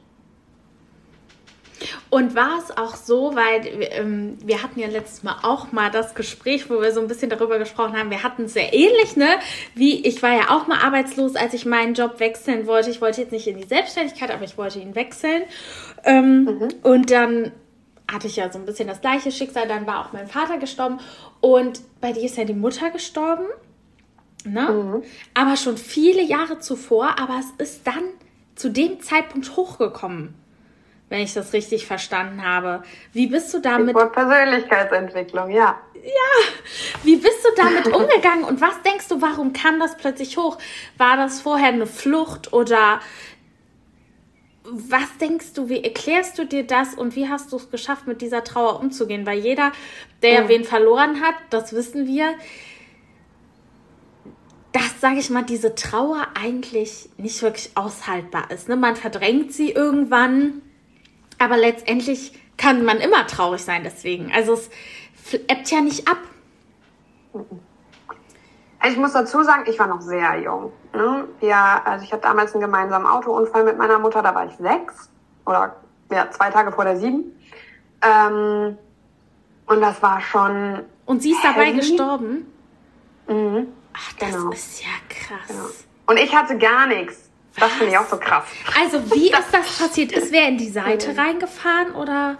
Und war es auch so, weil wir hatten ja letztes Mal auch mal das Gespräch, wo wir so ein bisschen darüber gesprochen haben, wir hatten es sehr ähnlich, ne? Wie ich war ja auch mal arbeitslos, als ich meinen Job wechseln wollte. Ich wollte jetzt nicht in die Selbstständigkeit, aber ich wollte ihn wechseln. Und dann hatte ich ja so ein bisschen das gleiche Schicksal, dann war auch mein Vater gestorben und bei dir ist ja die Mutter gestorben, ne? Aber schon viele Jahre zuvor, aber es ist dann zu dem Zeitpunkt hochgekommen, wenn ich das richtig verstanden habe. Wie bist du damit... Persönlichkeitsentwicklung, ja. Ja, wie bist du damit umgegangen und was denkst du, warum kam das plötzlich hoch? War das vorher eine Flucht oder... Was denkst du, wie erklärst du dir das und wie hast du es geschafft, mit dieser Trauer umzugehen? Weil jeder, der ja wen verloren hat, das wissen wir, dass, sage ich mal, diese Trauer eigentlich nicht wirklich aushaltbar ist. Ne? Man verdrängt sie irgendwann, aber letztendlich kann man immer traurig sein deswegen. Also es ebbt ja nicht ab. Ich muss dazu sagen, ich war noch sehr jung. Ne? Also ich hatte damals einen gemeinsamen Autounfall mit meiner Mutter, da war ich 6 oder 2 Tage vor der 7. Und das war schon. Und sie ist dabei gestorben? Ach, das genau. Ist ja krass. Genau. Und ich hatte gar nichts. Das finde ich auch so krass. Also wie ist das passiert? Ist wer in die Seite reingefahren oder?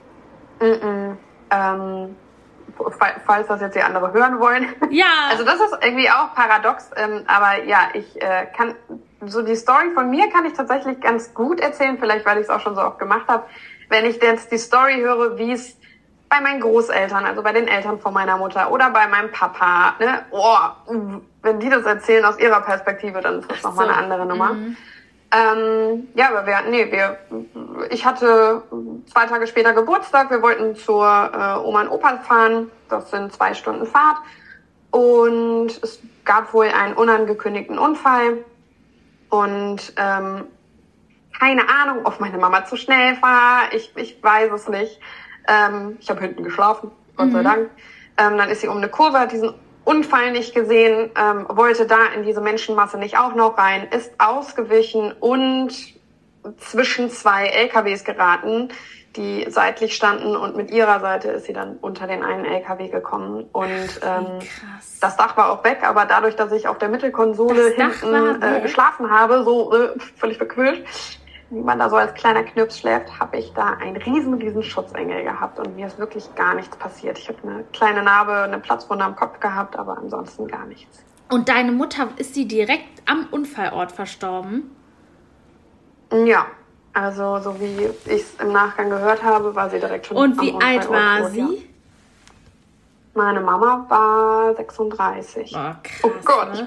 Falls das jetzt die andere hören wollen. Ja. Also das ist irgendwie auch paradox, aber ja, ich kann, so die Story von mir kann ich tatsächlich ganz gut erzählen, vielleicht weil ich es auch schon so oft gemacht habe. Wenn ich jetzt die Story höre, wie es bei meinen Großeltern, also bei den Eltern von meiner Mutter oder bei meinem Papa, ne, wenn die das erzählen aus ihrer Perspektive, dann ist das nochmal eine andere Nummer. Ja, aber ich hatte 2 Tage später Geburtstag, wir wollten zur Oma und Opa fahren, das sind 2 Stunden Fahrt und es gab wohl einen unangekündigten Unfall und keine Ahnung, ob meine Mama zu schnell war, ich weiß es nicht. Ich habe hinten geschlafen, Gott sei Dank. Dann ist sie um eine Kurve, hat diesen Unfall nicht gesehen, wollte da in diese Menschenmasse nicht auch noch rein, ist ausgewichen und zwischen 2 LKWs geraten, die seitlich standen und mit ihrer Seite ist sie dann unter den einen LKW gekommen und das Dach war auch weg, aber dadurch, dass ich auf der Mittelkonsole hinten geschlafen habe, so völlig bequillt, wie man da so als kleiner Knirps schläft, habe ich da einen riesen Schutzengel gehabt und mir ist wirklich gar nichts passiert. Ich habe eine kleine Narbe, eine Platzwunde am Kopf gehabt, aber ansonsten gar nichts. Und deine Mutter, ist sie direkt am Unfallort verstorben? Ja, also so wie ich es im Nachgang gehört habe, war sie direkt schon am Unfallort. Und wie alt war sie? Ja. Meine Mama war 36. Oh, krass, oh Gott, ne? ich bin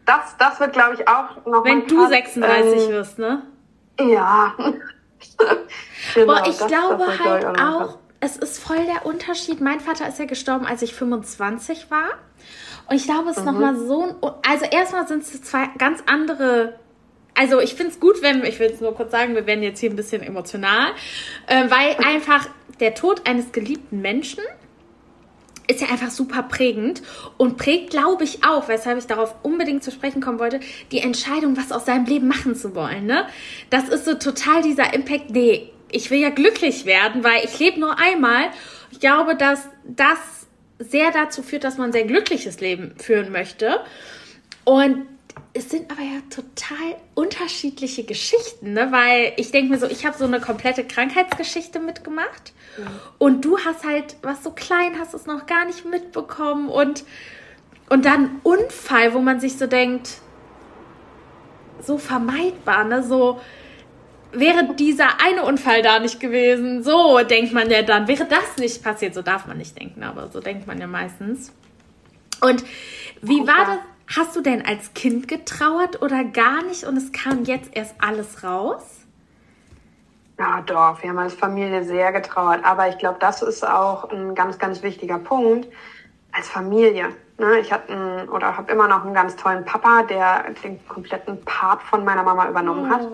das wird, glaube ich, auch noch Wenn du 36 wirst, ne? Ja. Genau, Boah, ich glaube wird, halt glaub ich, auch, es ist voll der Unterschied. Mein Vater ist ja gestorben, als ich 25 war. Und ich glaube, es ist nochmal so ein, also erstmal sind es zwei ganz andere, also ich finde es gut, ich will es nur kurz sagen, wir werden jetzt hier ein bisschen emotional, weil einfach der Tod eines geliebten Menschen ist ja einfach super prägend und prägt, glaube ich, auch, weshalb ich darauf unbedingt zu sprechen kommen wollte, die Entscheidung, was aus seinem Leben machen zu wollen, ne? Das ist so total dieser Impact, nee, ich will ja glücklich werden, weil ich lebe nur einmal. Ich glaube, dass das sehr dazu führt, dass man ein sehr glückliches Leben führen möchte. Und es sind aber ja total unterschiedliche Geschichten, ne? Weil ich denke mir so, ich habe so eine komplette Krankheitsgeschichte mitgemacht und du hast halt, was so klein, hast es noch gar nicht mitbekommen und dann Unfall, wo man sich so denkt, so vermeidbar, ne? So wäre dieser eine Unfall da nicht gewesen, so denkt man ja dann, wäre das nicht passiert, so darf man nicht denken, aber so denkt man ja meistens. Und wie war das? Hast du denn als Kind getrauert oder gar nicht und es kam jetzt erst alles raus? Ja, doch, wir haben als Familie sehr getrauert. Aber ich glaube, das ist auch ein ganz, ganz wichtiger Punkt als Familie. Ne? Ich habe immer noch einen ganz tollen Papa, der den kompletten Part von meiner Mama übernommen hat.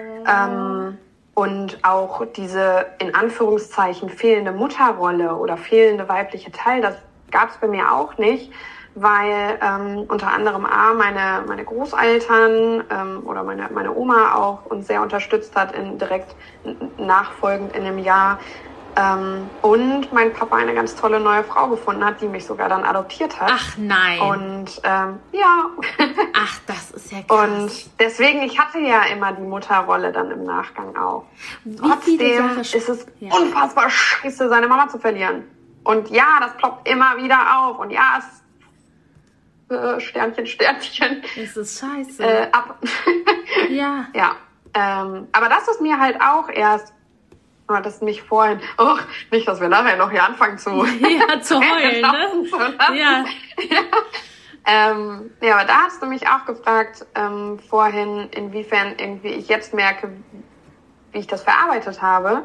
Und auch diese, in Anführungszeichen, fehlende Mutterrolle oder fehlende weibliche Teil, das gab es bei mir auch nicht. Weil unter anderem meine Großeltern oder meine Oma auch uns sehr unterstützt hat, direkt nachfolgend in einem Jahr. Und mein Papa eine ganz tolle neue Frau gefunden hat, die mich sogar dann adoptiert hat. Ach nein. Und ja. Ach, das ist ja krass. Und deswegen, ich hatte ja immer die Mutterrolle dann im Nachgang auch. Trotzdem ist es unfassbar scheiße, seine Mama zu verlieren. Und ja, das ploppt immer wieder auf. Und ja, es Sternchen. Es ist scheiße. Ab. Ja. Ja. Aber das ist mir halt auch erst, das mich vorhin, nicht, dass wir nachher noch hier anfangen zu heulen, ne? Ja. Ja, aber da hast du mich auch gefragt, vorhin, inwiefern irgendwie ich jetzt merke, wie ich das verarbeitet habe.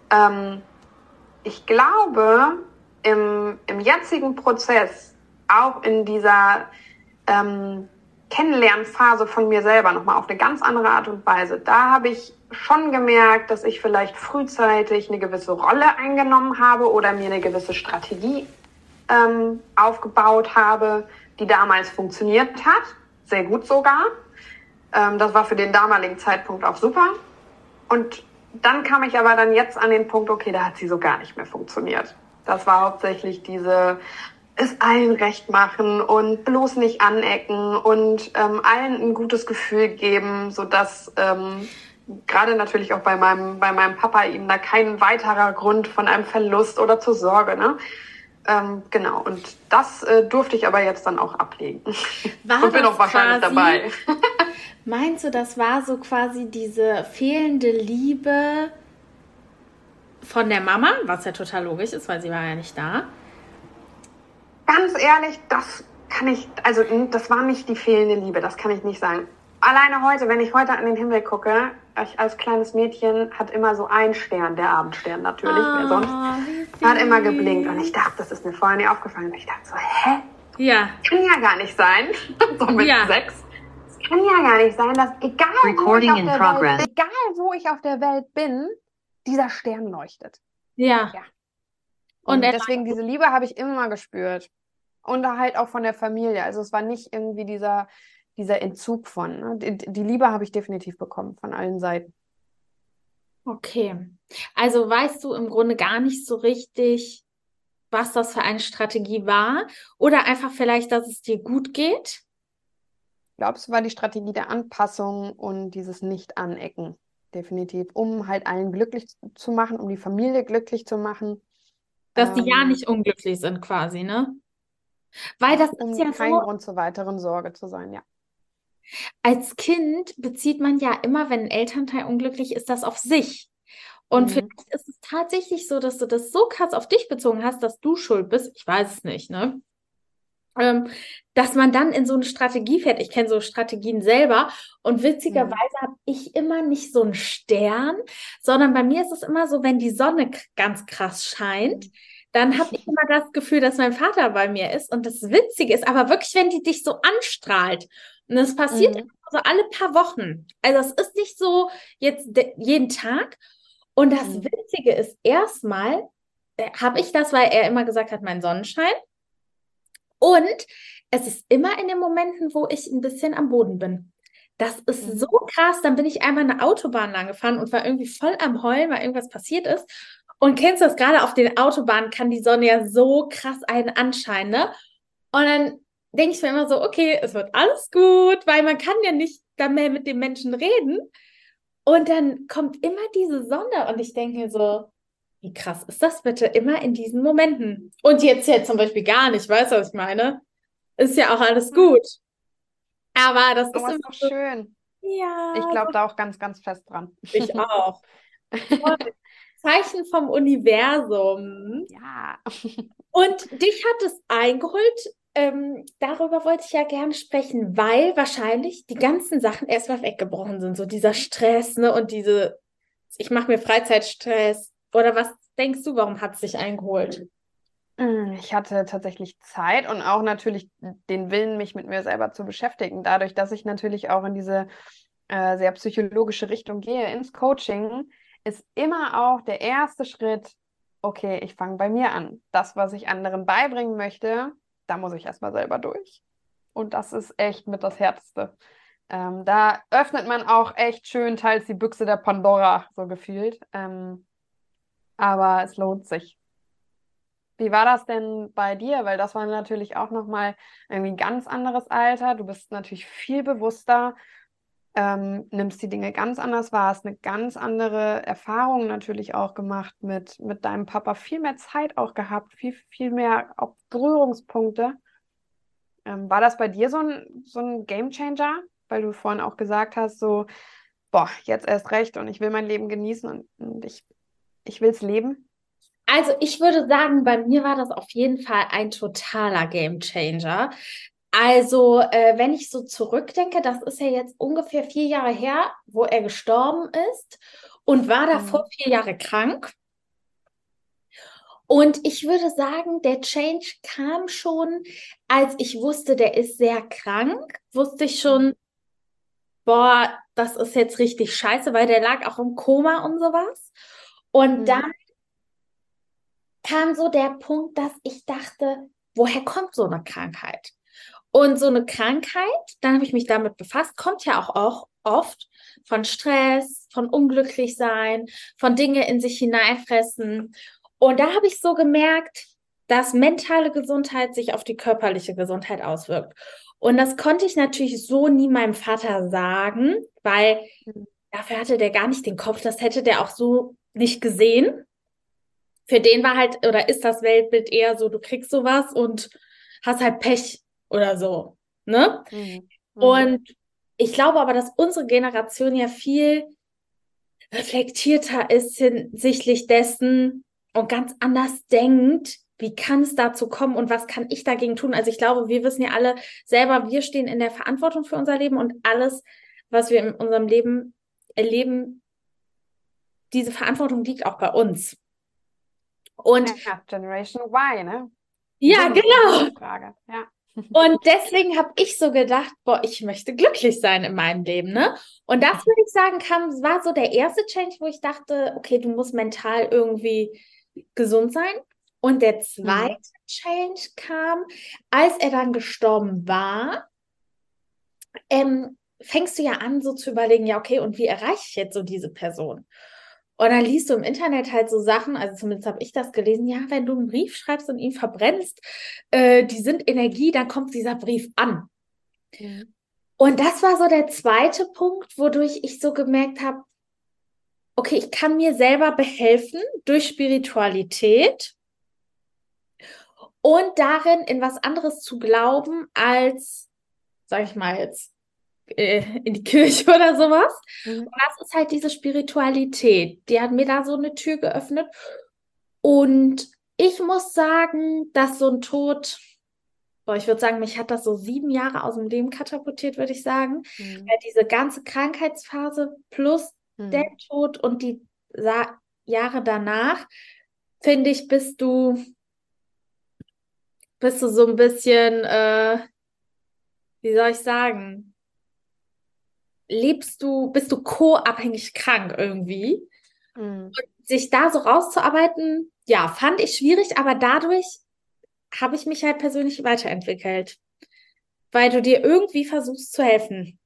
Ich glaube, im jetzigen Prozess, auch in dieser Kennenlernphase von mir selber nochmal auf eine ganz andere Art und Weise, da habe ich schon gemerkt, dass ich vielleicht frühzeitig eine gewisse Rolle eingenommen habe oder mir eine gewisse Strategie aufgebaut habe, die damals funktioniert hat, sehr gut sogar. Das war für den damaligen Zeitpunkt auch super. Und dann kam ich aber dann jetzt an den Punkt, okay, da hat sie so gar nicht mehr funktioniert. Das war hauptsächlich es allen recht machen und bloß nicht anecken und allen ein gutes Gefühl geben, sodass gerade natürlich auch bei meinem Papa ihm da kein weiterer Grund von einem Verlust oder zur Sorge, ne? Genau, und das durfte ich aber jetzt dann auch ablegen. Und bin auch wahrscheinlich dabei. Meinst du, das war so quasi diese fehlende Liebe von der Mama, was ja total logisch ist, weil sie war ja nicht da? Ganz ehrlich, das war nicht die fehlende Liebe, das kann ich nicht sagen. Alleine heute, wenn ich heute an den Himmel gucke, ich als kleines Mädchen hat immer so ein Stern, der Abendstern natürlich, wer sonst, hat immer geblinkt. Und ich dachte, das ist mir vorher nie aufgefallen. Und ich dachte so, hä? Ja. Kann ja gar nicht sein. So mit 6. Es kann ja gar nicht sein, dass egal wo ich auf der Welt bin, dieser Stern leuchtet. Ja. Und deswegen diese Liebe habe ich immer gespürt. Und halt auch von der Familie. Also es war nicht irgendwie dieser Entzug von. Ne? Die Liebe habe ich definitiv bekommen von allen Seiten. Okay. Also weißt du im Grunde gar nicht so richtig, was das für eine Strategie war? Oder einfach vielleicht, dass es dir gut geht? Ich glaube, es war die Strategie der Anpassung und dieses Nicht-Anecken. Definitiv. Um halt allen glücklich zu machen, um die Familie glücklich zu machen. Dass die ja nicht unglücklich sind quasi, ne? Weil das ist ja kein Grund zur weiteren Sorge zu sein, ja. Als Kind bezieht man ja immer, wenn ein Elternteil unglücklich ist, das auf sich. Und vielleicht ist es tatsächlich so, dass du das so krass auf dich bezogen hast, dass du schuld bist. Ich weiß es nicht, ne? ähm, dass man dann in so eine Strategie fährt. Ich kenne so Strategien selber und witzigerweise habe ich immer nicht so einen Stern, sondern bei mir ist es immer so, wenn die Sonne ganz krass scheint, dann habe ich immer das Gefühl, dass mein Vater bei mir ist. Und das Witzige ist aber wirklich, wenn die dich so anstrahlt. Und das passiert immer so alle paar Wochen. Also es ist nicht so jetzt jeden Tag. Und das Witzige ist, erstmal habe ich das, weil er immer gesagt hat, mein Sonnenschein. Und es ist immer in den Momenten, wo ich ein bisschen am Boden bin. Das ist so krass. Dann bin ich einmal eine Autobahn lang gefahren und war irgendwie voll am Heulen, weil irgendwas passiert ist. Und kennst du das, gerade auf den Autobahnen kann die Sonne ja so krass einen anscheinen, ne? Und dann denke ich mir immer so, okay, es wird alles gut, weil man kann ja nicht da mehr mit den Menschen reden. Und dann kommt immer diese Sonne und ich denke mir so, wie krass ist das bitte immer in diesen Momenten? Und jetzt zum Beispiel gar nicht, weißt du, was ich meine? Ist ja auch alles gut. Aber das ist Aber immer ist doch so, schön. Ich ja, glaube so, da auch ganz, ganz fest dran. ich auch. Voll. Zeichen vom Universum. Ja. Und dich hat es eingeholt. Darüber wollte ich ja gerne sprechen, weil wahrscheinlich die ganzen Sachen erstmal weggebrochen sind. So dieser Stress, ne? Und ich mache mir Freizeitstress. Oder was denkst du, warum hat es dich eingeholt? Ich hatte tatsächlich Zeit und auch natürlich den Willen, mich mit mir selber zu beschäftigen. Dadurch, dass ich natürlich auch in diese sehr psychologische Richtung gehe, ins Coaching, ist immer auch der erste Schritt, okay, ich fange bei mir an. Das, was ich anderen beibringen möchte, da muss ich erstmal selber durch. Und das ist echt mit das Härteste. Da öffnet man auch echt schön teils die Büchse der Pandora, so gefühlt. Aber es lohnt sich. Wie war das denn bei dir? Weil das war natürlich auch nochmal irgendwie ein ganz anderes Alter. Du bist natürlich viel bewusster, nimmst die Dinge ganz anders wahr, hast eine ganz andere Erfahrung natürlich auch gemacht mit deinem Papa, viel mehr Zeit auch gehabt, viel mehr auch Berührungspunkte. War das bei dir so ein Gamechanger? Weil du vorhin auch gesagt hast, so, boah, jetzt erst recht und ich will mein Leben genießen und ich will es leben. Also ich würde sagen, bei mir war das auf jeden Fall ein totaler Gamechanger. Also wenn ich so zurückdenke, das ist ja jetzt ungefähr 4 Jahre her, wo er gestorben ist und war davor Mhm. 4 Jahre krank. Und ich würde sagen, der Change kam schon, als ich wusste, der ist sehr krank, wusste ich schon, boah, das ist jetzt richtig scheiße, weil der lag auch im Koma und sowas. Und Mhm. dann kam so der Punkt, dass ich dachte, woher kommt so eine Krankheit? Und so eine Krankheit, dann habe ich mich damit befasst, kommt ja auch oft von Stress, von unglücklich sein, von Dinge in sich hineinfressen. Und da habe ich so gemerkt, dass mentale Gesundheit sich auf die körperliche Gesundheit auswirkt. Und das konnte ich natürlich so nie meinem Vater sagen, weil dafür hatte der gar nicht den Kopf, das hätte der auch so nicht gesehen. Für den war halt oder ist das Weltbild eher so, du kriegst sowas und hast halt Pech oder so, ne? Mhm. Mhm. Und ich glaube aber, dass unsere Generation ja viel reflektierter ist hinsichtlich dessen und ganz anders denkt, wie kann es dazu kommen und was kann ich dagegen tun? Also ich glaube, wir wissen ja alle selber, wir stehen in der Verantwortung für unser Leben und alles, was wir in unserem Leben erleben, diese Verantwortung liegt auch bei uns. Und Ja, Generation Y, ne? ja, genau. Wissensfrage, ja. Und deswegen habe ich so gedacht, boah, ich möchte glücklich sein in meinem Leben, ne? Und das würde ich sagen, war so der erste Change, wo ich dachte, okay, du musst mental irgendwie gesund sein. Und der zweite Mhm. Change kam, als er dann gestorben war, fängst du ja an, so zu überlegen, ja, okay, und wie erreiche ich jetzt so diese Person? Und dann liest du im Internet halt so Sachen, also zumindest habe ich das gelesen, ja, wenn du einen Brief schreibst und ihn verbrennst, die sind Energie, dann kommt dieser Brief an. Mhm. Und das war so der zweite Punkt, wodurch ich so gemerkt habe, okay, ich kann mir selber behelfen durch Spiritualität und darin in was anderes zu glauben als, sag ich mal jetzt, in die Kirche oder sowas. Mhm. Und das ist halt diese Spiritualität. Die hat mir da so eine Tür geöffnet. Und ich muss sagen, dass so ein Tod Boah, ich würde sagen, mich hat das so 7 Jahre aus dem Leben katapultiert, würde ich sagen. Hm. Weil diese ganze Krankheitsphase plus der Hm. Tod und die Jahre danach, finde ich, bist du so ein bisschen, wie soll ich sagen, bist du co-abhängig krank irgendwie. Hm. Sich da so rauszuarbeiten, ja, fand ich schwierig, aber dadurch habe ich mich halt persönlich weiterentwickelt, weil du dir irgendwie versuchst zu helfen.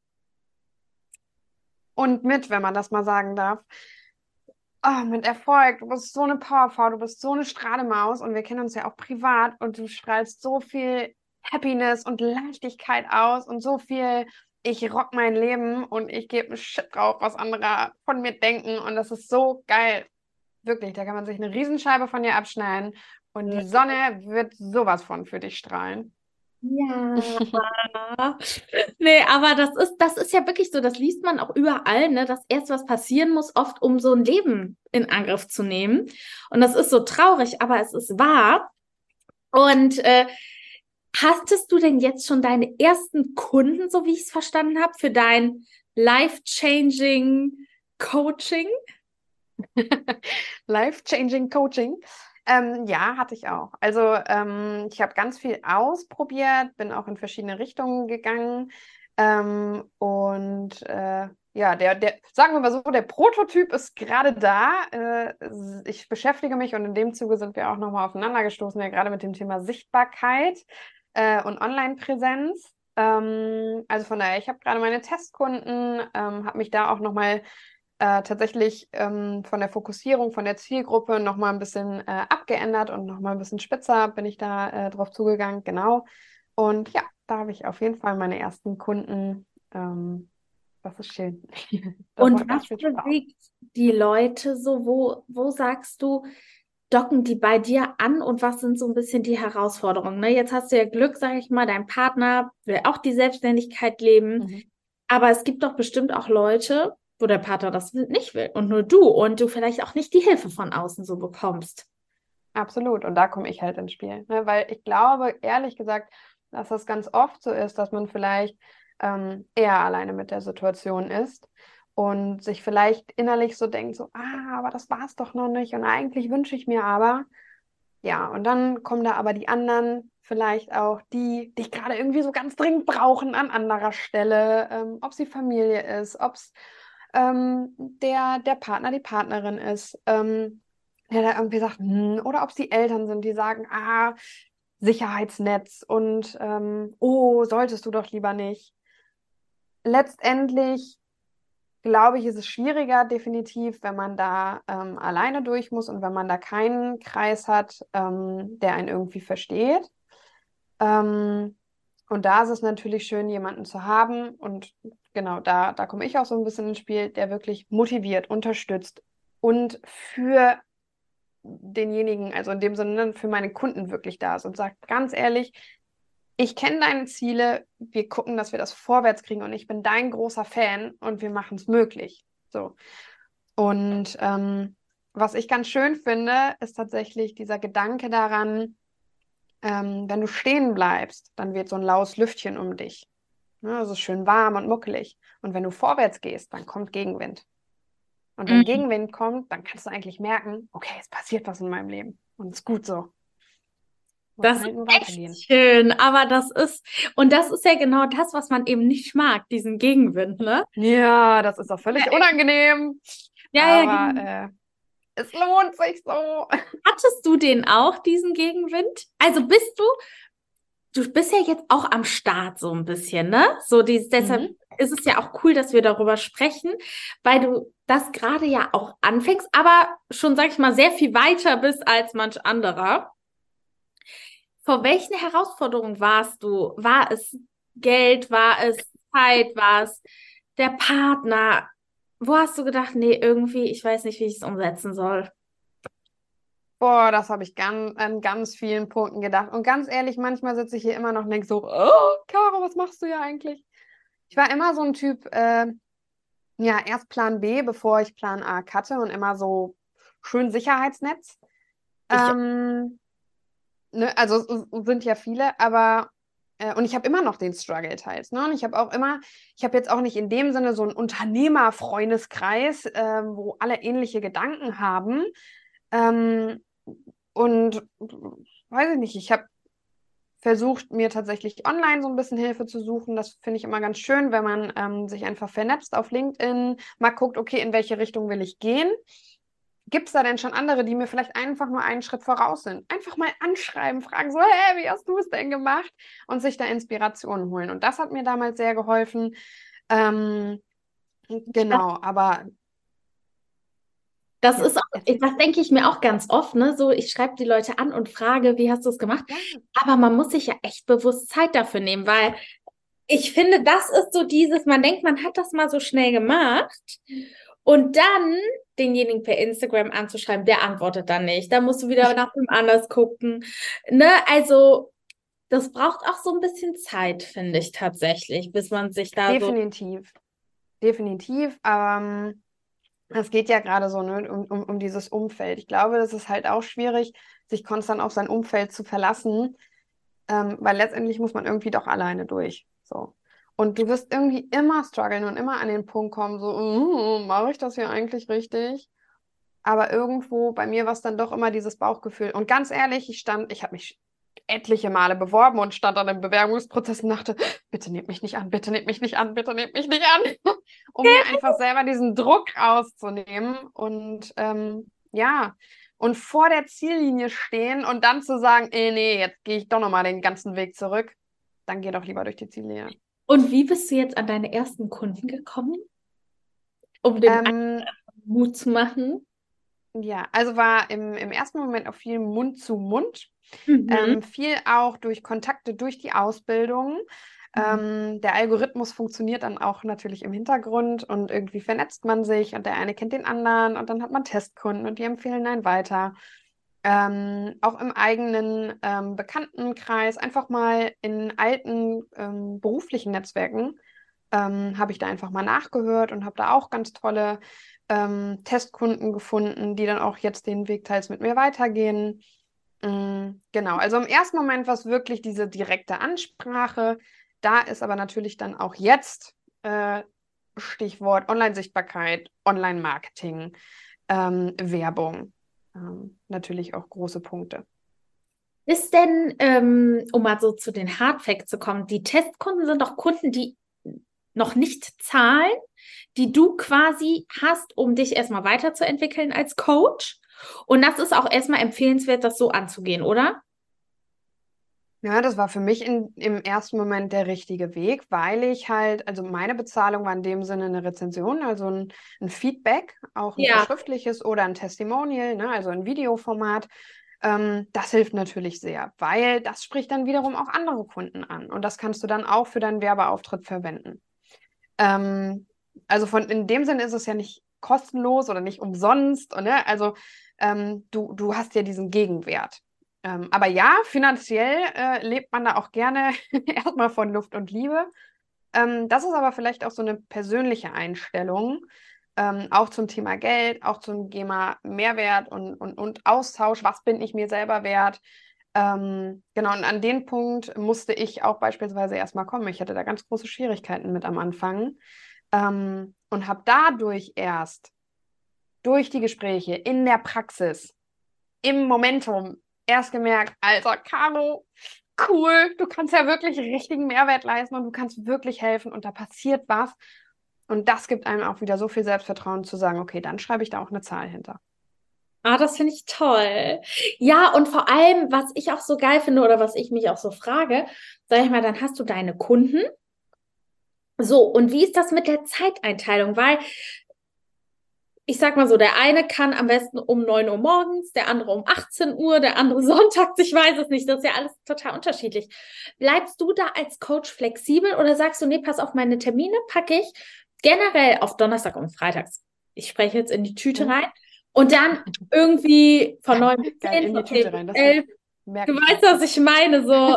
Und wenn man das mal sagen darf. Mit Erfolg. Du bist so eine Powerfrau, du bist so eine Strahlemaus und wir kennen uns ja auch privat und du strahlst so viel Happiness und Leichtigkeit aus und so viel, ich rock mein Leben und ich gebe einen Shit drauf, was andere von mir denken und das ist so geil. Wirklich, da kann man sich eine Riesenscheibe von dir abschneiden und die Sonne wird sowas von für dich strahlen. Ja. Nee, aber das ist ja wirklich so, das liest man auch überall, ne, dass erst was passieren muss, oft um so ein Leben in Angriff zu nehmen. Und das ist so traurig, aber es ist wahr. Und hattest du denn jetzt schon deine ersten Kunden, so wie ich es verstanden habe, für dein life-changing Coaching? Life-changing Coaching. Ja, hatte ich auch. Also ich habe ganz viel ausprobiert, bin auch in verschiedene Richtungen gegangen. Ja, sagen wir mal so, der Prototyp ist gerade da. Ich beschäftige mich und in dem Zuge sind wir auch nochmal aufeinander gestoßen, ja, gerade mit dem Thema Sichtbarkeit und Online-Präsenz. Also von daher, ich habe gerade meine Testkunden, habe mich da auch nochmal tatsächlich von der Fokussierung, von der Zielgruppe nochmal ein bisschen abgeändert und nochmal ein bisschen spitzer bin ich da drauf zugegangen, genau. Und ja, da habe ich auf jeden Fall meine ersten Kunden. Das ist schön. Das Und macht ganz was viel Spaß. bewegt die Leute so? Wo sagst du, docken die bei dir an und was sind so ein bisschen die Herausforderungen? Ne? Jetzt hast du ja Glück, sage ich mal, dein Partner will auch die Selbstständigkeit leben, Mhm. aber es gibt doch bestimmt auch Leute, wo der Partner das nicht will und nur du und du vielleicht auch nicht die Hilfe von außen so bekommst. Absolut. Und da komme ich halt ins Spiel. Ne? Weil ich glaube, ehrlich gesagt, dass das ganz oft so ist, dass man vielleicht eher alleine mit der Situation ist und sich vielleicht innerlich so denkt, so, aber das war es doch noch nicht. Und eigentlich wünsche ich mir aber, ja, und dann kommen da aber die anderen, vielleicht auch die dich gerade irgendwie so ganz dringend brauchen an anderer Stelle, ob sie Familie ist, ob es der Partner, die Partnerin ist. Der da irgendwie sagt, oder ob es die Eltern sind, die sagen, Sicherheitsnetz und oh, solltest du doch lieber nicht. Letztendlich glaube ich, ist es schwieriger, definitiv, wenn man da alleine durch muss und wenn man da keinen Kreis hat, der einen irgendwie versteht. Ähm, und da ist es natürlich schön, jemanden zu haben. Und genau, da komme ich auch so ein bisschen ins Spiel, der wirklich motiviert, unterstützt und für denjenigen, also in dem Sinne für meine Kunden wirklich da ist und sagt ganz ehrlich, ich kenne deine Ziele, wir gucken, dass wir das vorwärts kriegen und ich bin dein großer Fan und wir machen es möglich. So. Und was ich ganz schön finde, ist tatsächlich dieser Gedanke daran, wenn du stehen bleibst, dann wird so ein laues Lüftchen um dich. Ne? Also schön warm und muckelig. Und wenn du vorwärts gehst, dann kommt Gegenwind. Und wenn Mhm. Gegenwind kommt, dann kannst du eigentlich merken, okay, es passiert was in meinem Leben. Und es ist gut so. Muss Das man ist halt nur echt weitergehen. schön, aber das ist ja genau das, was man eben nicht mag, diesen Gegenwind, ne? Ja, das ist doch Ja, völlig unangenehm. ja, Aber genau. es lohnt sich so. Hattest du den auch, diesen Gegenwind? Also du bist ja jetzt auch am Start so ein bisschen, ne? Deshalb Mhm. ist es ja auch cool, dass wir darüber sprechen, weil du das gerade ja auch anfängst, aber schon, sag ich mal, sehr viel weiter bist als manch anderer. Vor welchen Herausforderungen warst du? War es Geld? War es Zeit? War es der Partner? Wo hast du gedacht, nee, irgendwie, ich weiß nicht, wie ich es umsetzen soll? Boah, das habe ich an ganz vielen Punkten gedacht. Und ganz ehrlich, manchmal sitze ich hier immer noch und denke so, oh, Caro, was machst du ja eigentlich? Ich war immer so ein Typ, ja, erst Plan B, bevor ich Plan A hatte und immer so schön Sicherheitsnetz. Ich, Ähm, ne, also es sind ja viele, aber und ich habe immer noch den Struggle teils, ne? Und ich habe jetzt auch nicht in dem Sinne so einen Unternehmerfreundeskreis, wo alle ähnliche Gedanken haben. Ähm, und weiß ich nicht, ich habe versucht, mir tatsächlich online so ein bisschen Hilfe zu suchen. Das finde ich immer ganz schön, wenn man sich einfach vernetzt auf LinkedIn, mal guckt, okay, in welche Richtung will ich gehen. Gibt es da denn schon andere, die mir vielleicht einfach nur einen Schritt voraus sind? Einfach mal anschreiben, fragen so, hey, wie hast du es denn gemacht? Und sich da Inspirationen holen. Und das hat mir damals sehr geholfen. Ähm, genau, aber Das ja, ist auch, erzähl. das denke ich mir auch ganz oft, ne? So, ich schreibe die Leute an und frage, wie hast du es gemacht? Ja, Aber man muss sich ja echt bewusst Zeit dafür nehmen, weil ich finde, das ist so dieses, man denkt, man hat das mal so schnell gemacht und dann denjenigen per Instagram anzuschreiben, der antwortet dann nicht. Da musst du wieder nach dem anders gucken. Ne? Also, das braucht auch so ein bisschen Zeit, finde ich tatsächlich, bis man sich da so. definitiv. Definitiv. Es geht ja gerade so, ne, um dieses Umfeld. Ich glaube, das ist halt auch schwierig, sich konstant auf sein Umfeld zu verlassen, weil letztendlich muss man irgendwie doch alleine durch. So. Und du wirst irgendwie immer strugglen und immer an den Punkt kommen, so, mache ich das hier eigentlich richtig? Aber irgendwo bei mir war es dann doch immer dieses Bauchgefühl. Und ganz ehrlich, ich habe mich etliche Male beworben und stand dann im Bewerbungsprozess und dachte, bitte nehmt mich nicht an, bitte nehmt mich nicht an, bitte nehmt mich nicht an, um mir einfach selber diesen Druck rauszunehmen. Und ja, und vor der Ziellinie stehen und dann zu sagen, nee, jetzt gehe ich doch nochmal den ganzen Weg zurück, dann geh doch lieber durch die Ziellinie. Und wie bist du jetzt an deine ersten Kunden gekommen, um dem Ähm, Mut zu machen? ja, also war im ersten Moment auch viel Mund zu Mund. Mhm. Viel auch durch Kontakte, durch die Ausbildung. Mhm. Der Algorithmus funktioniert dann auch natürlich im Hintergrund und irgendwie vernetzt man sich und der eine kennt den anderen und dann hat man Testkunden und die empfehlen einen weiter. Auch im eigenen Bekanntenkreis, einfach mal in alten beruflichen Netzwerken, habe ich da einfach mal nachgehört und habe da auch ganz tolle Testkunden gefunden, die dann auch jetzt den Weg teils mit mir weitergehen. Genau, also im ersten Moment war es wirklich diese direkte Ansprache. Da ist aber natürlich dann auch jetzt Stichwort Online-Sichtbarkeit, Online-Marketing, Werbung. Natürlich auch große Punkte. Ist denn, um mal so zu den Hardfacts zu kommen, die Testkunden sind doch Kunden, die noch nicht zahlen, die du quasi hast, um dich erstmal weiterzuentwickeln als Coach. Und das ist auch erstmal empfehlenswert, das so anzugehen, oder? Ja, das war für mich im ersten Moment der richtige Weg, weil ich halt, also meine Bezahlung war in dem Sinne eine Rezension, also ein Feedback, auch ein Ja. verschriftliches oder ein Testimonial, ne, also ein Videoformat. Das hilft natürlich sehr, weil das spricht dann wiederum auch andere Kunden an und das kannst du dann auch für deinen Werbeauftritt verwenden. Ähm, also in dem Sinne ist es ja nicht kostenlos oder nicht umsonst, ne? Also du hast ja diesen Gegenwert. Aber ja, finanziell lebt man da auch gerne erstmal von Luft und Liebe. Das ist aber vielleicht auch so eine persönliche Einstellung, auch zum Thema Geld, auch zum Thema Mehrwert und Austausch. Was bin ich mir selber wert? Genau, und an den Punkt musste ich auch beispielsweise erstmal kommen. Ich hatte da ganz große Schwierigkeiten mit am Anfang und habe dadurch erst durch die Gespräche in der Praxis, im Momentum, erst gemerkt, Alter, Caro, cool, du kannst ja wirklich richtigen Mehrwert leisten und du kannst wirklich helfen und da passiert was. Und das gibt einem auch wieder so viel Selbstvertrauen zu sagen, okay, dann schreibe ich da auch eine Zahl hinter. Ah, das finde ich toll. Ja, und vor allem, was ich auch so geil finde oder was ich mich auch so frage, sag ich mal, dann hast du deine Kunden. So, und wie ist das mit der Zeiteinteilung? Weil ich sag mal so, der eine kann am besten um 9 Uhr morgens, der andere um 18 Uhr, der andere sonntags, ich weiß es nicht, das ist ja alles total unterschiedlich. Bleibst du da als Coach flexibel oder sagst du, nee, pass auf, meine Termine packe ich generell auf Donnerstag und Freitags. Ich spreche jetzt in die Tüte Mhm. rein und dann irgendwie von 9 bis Geil, 10, in die von 10 Tüte bis rein, das 11. Du merke ich weißt, mir. was ich meine, so.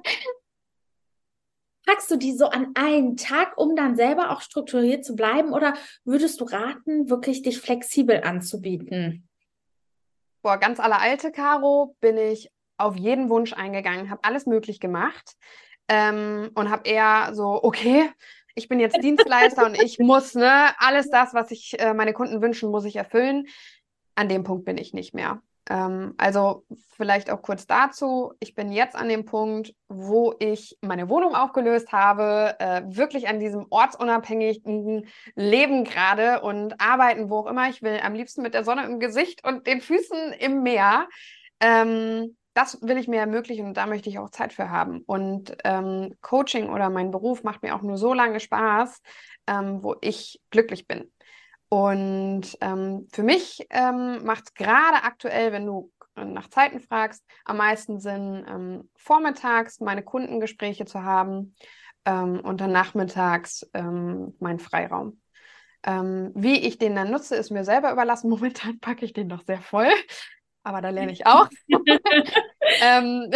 Packst du die so an einen Tag, um dann selber auch strukturiert zu bleiben, oder würdest du raten, wirklich dich flexibel anzubieten? Boah, ganz aller alte Caro bin ich auf jeden Wunsch eingegangen, habe alles möglich gemacht. und habe eher so, okay, ich bin jetzt Dienstleister und ich muss, ne, alles das, was ich meine Kunden wünschen, muss ich erfüllen. An dem Punkt bin ich nicht mehr. Also vielleicht auch kurz dazu. Ich bin jetzt an dem Punkt, wo ich meine Wohnung aufgelöst habe, wirklich an diesem ortsunabhängigen Leben gerade und arbeiten, wo auch immer ich will. Am liebsten mit der Sonne im Gesicht und den Füßen im Meer. Das will ich mir ermöglichen und da möchte ich auch Zeit für haben. Und Coaching oder mein Beruf macht mir auch nur so lange Spaß, wo ich glücklich bin. Und für mich macht es gerade aktuell, wenn du nach Zeiten fragst, am meisten Sinn, vormittags meine Kundengespräche zu haben und dann nachmittags meinen Freiraum. Wie ich den dann nutze, ist mir selber überlassen. Momentan packe ich den noch sehr voll, aber da lerne ich auch. ähm,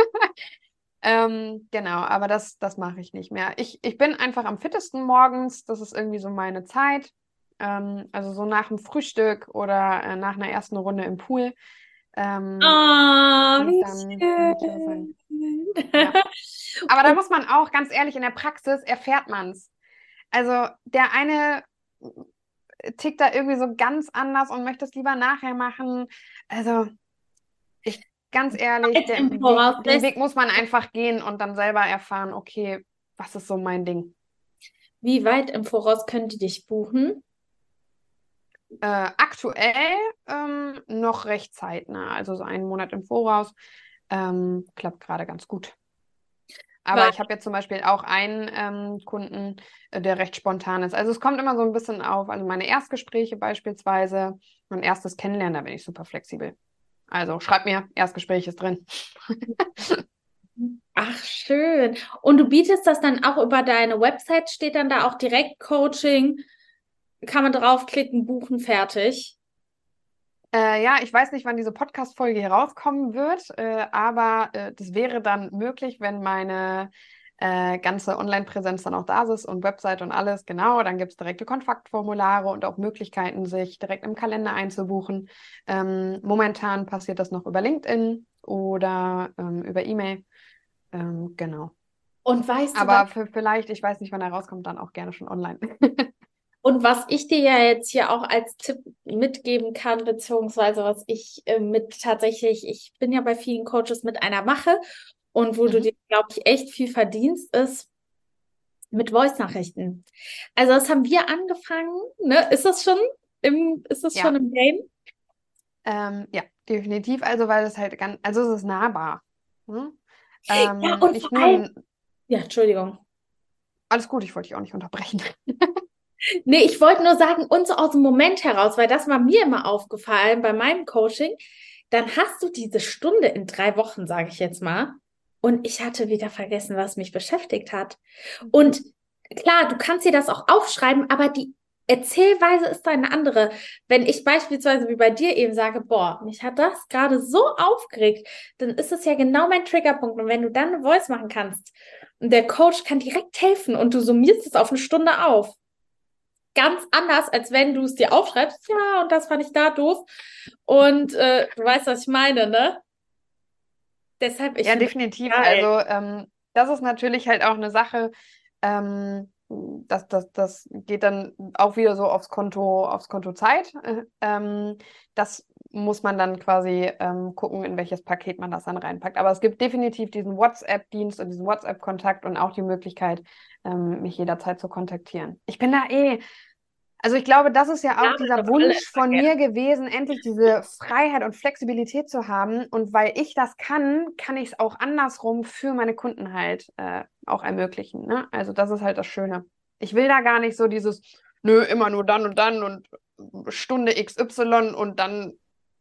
genau, aber das mache ich nicht mehr. Ich bin einfach am fittesten morgens, das ist irgendwie so meine Zeit. Also so nach dem Frühstück oder nach einer ersten Runde im Pool. Und Wie dann kann ich chill sein. schön. Ja. Aber da muss man auch, ganz ehrlich, in der Praxis erfährt man es. Also der eine tickt da irgendwie so ganz anders und möchte es lieber nachher machen. Also ganz ehrlich, Jetzt im Voraus Den Weg muss man einfach gehen und dann selber erfahren, okay, was ist so mein Ding. Wie weit im Voraus könnt ihr dich buchen? Aktuell noch recht zeitnah, also so einen Monat im Voraus. Klappt gerade ganz gut. Aber Weil, ich habe jetzt zum Beispiel auch einen Kunden, der recht spontan ist. Also es kommt immer so ein bisschen auf, also meine Erstgespräche beispielsweise, mein erstes Kennenlernen, da bin ich super flexibel. Also schreib mir, Erstgespräch ist drin. ach, schön. Und du bietest das dann auch über deine Website, steht dann da auch direkt Coaching, kann man draufklicken, buchen, fertig. Ja, ich weiß nicht, wann diese Podcast-Folge hier rauskommen wird, aber das wäre dann möglich, wenn meine ganze Online-Präsenz dann auch da ist und Website und alles. Genau, dann gibt es direkte Kontaktformulare und auch Möglichkeiten, sich direkt im Kalender einzubuchen. Momentan passiert das noch über LinkedIn oder über E-Mail. Genau. Und weißt du was? Aber vielleicht, ich weiß nicht, wann er rauskommt, dann auch gerne schon online. Und was ich dir ja jetzt hier auch als Tipp mitgeben kann, beziehungsweise was ich mit tatsächlich, ich bin ja bei vielen Coaches mit einer Mache und wo du Mhm. dir, glaube ich, echt viel verdienst, ist mit Voice-Nachrichten. Also das haben wir angefangen, ne? Ist das schon Ja, im Game? ja, definitiv. Also, weil es halt ganz, also es ist nahbar. Ne? Ja, und vor Nicht nur, allem, ja, Entschuldigung. alles gut, ich wollte dich auch nicht unterbrechen. Nee, ich wollte nur sagen, und so aus dem Moment heraus, weil das war mir immer aufgefallen bei meinem Coaching, dann hast du diese Stunde in 3 Wochen, sage ich jetzt mal, und ich hatte wieder vergessen, was mich beschäftigt hat. Und klar, du kannst dir das auch aufschreiben, aber die Erzählweise ist eine andere. Wenn ich beispielsweise wie bei dir eben sage, boah, mich hat das gerade so aufgeregt, dann ist es ja genau mein Triggerpunkt. Und wenn du dann eine Voice machen kannst und der Coach kann direkt helfen und du summierst es auf eine Stunde auf, ganz anders, als wenn du es dir aufschreibst, ja, und das fand ich da doof. Und du weißt, was ich meine, ne? Deshalb, ich Ja, finde das definitiv. geil. Also, das ist natürlich halt auch eine Sache, das geht dann auch wieder so aufs Konto Zeit. Das muss man dann quasi gucken, in welches Paket man das dann reinpackt. Aber es gibt definitiv diesen WhatsApp-Dienst und diesen WhatsApp-Kontakt und auch die Möglichkeit, mich jederzeit zu kontaktieren. Ich bin da also ich glaube, das ist ja Ja, auch dieser das alle Wunsch immer von gerne. mir gewesen, endlich diese Freiheit und Flexibilität zu haben. Und weil ich das kann ich es auch andersrum für meine Kunden halt auch ermöglichen. Ne? Also das ist halt das Schöne. Ich will da gar nicht so dieses, nö, immer nur dann und Stunde XY und dann.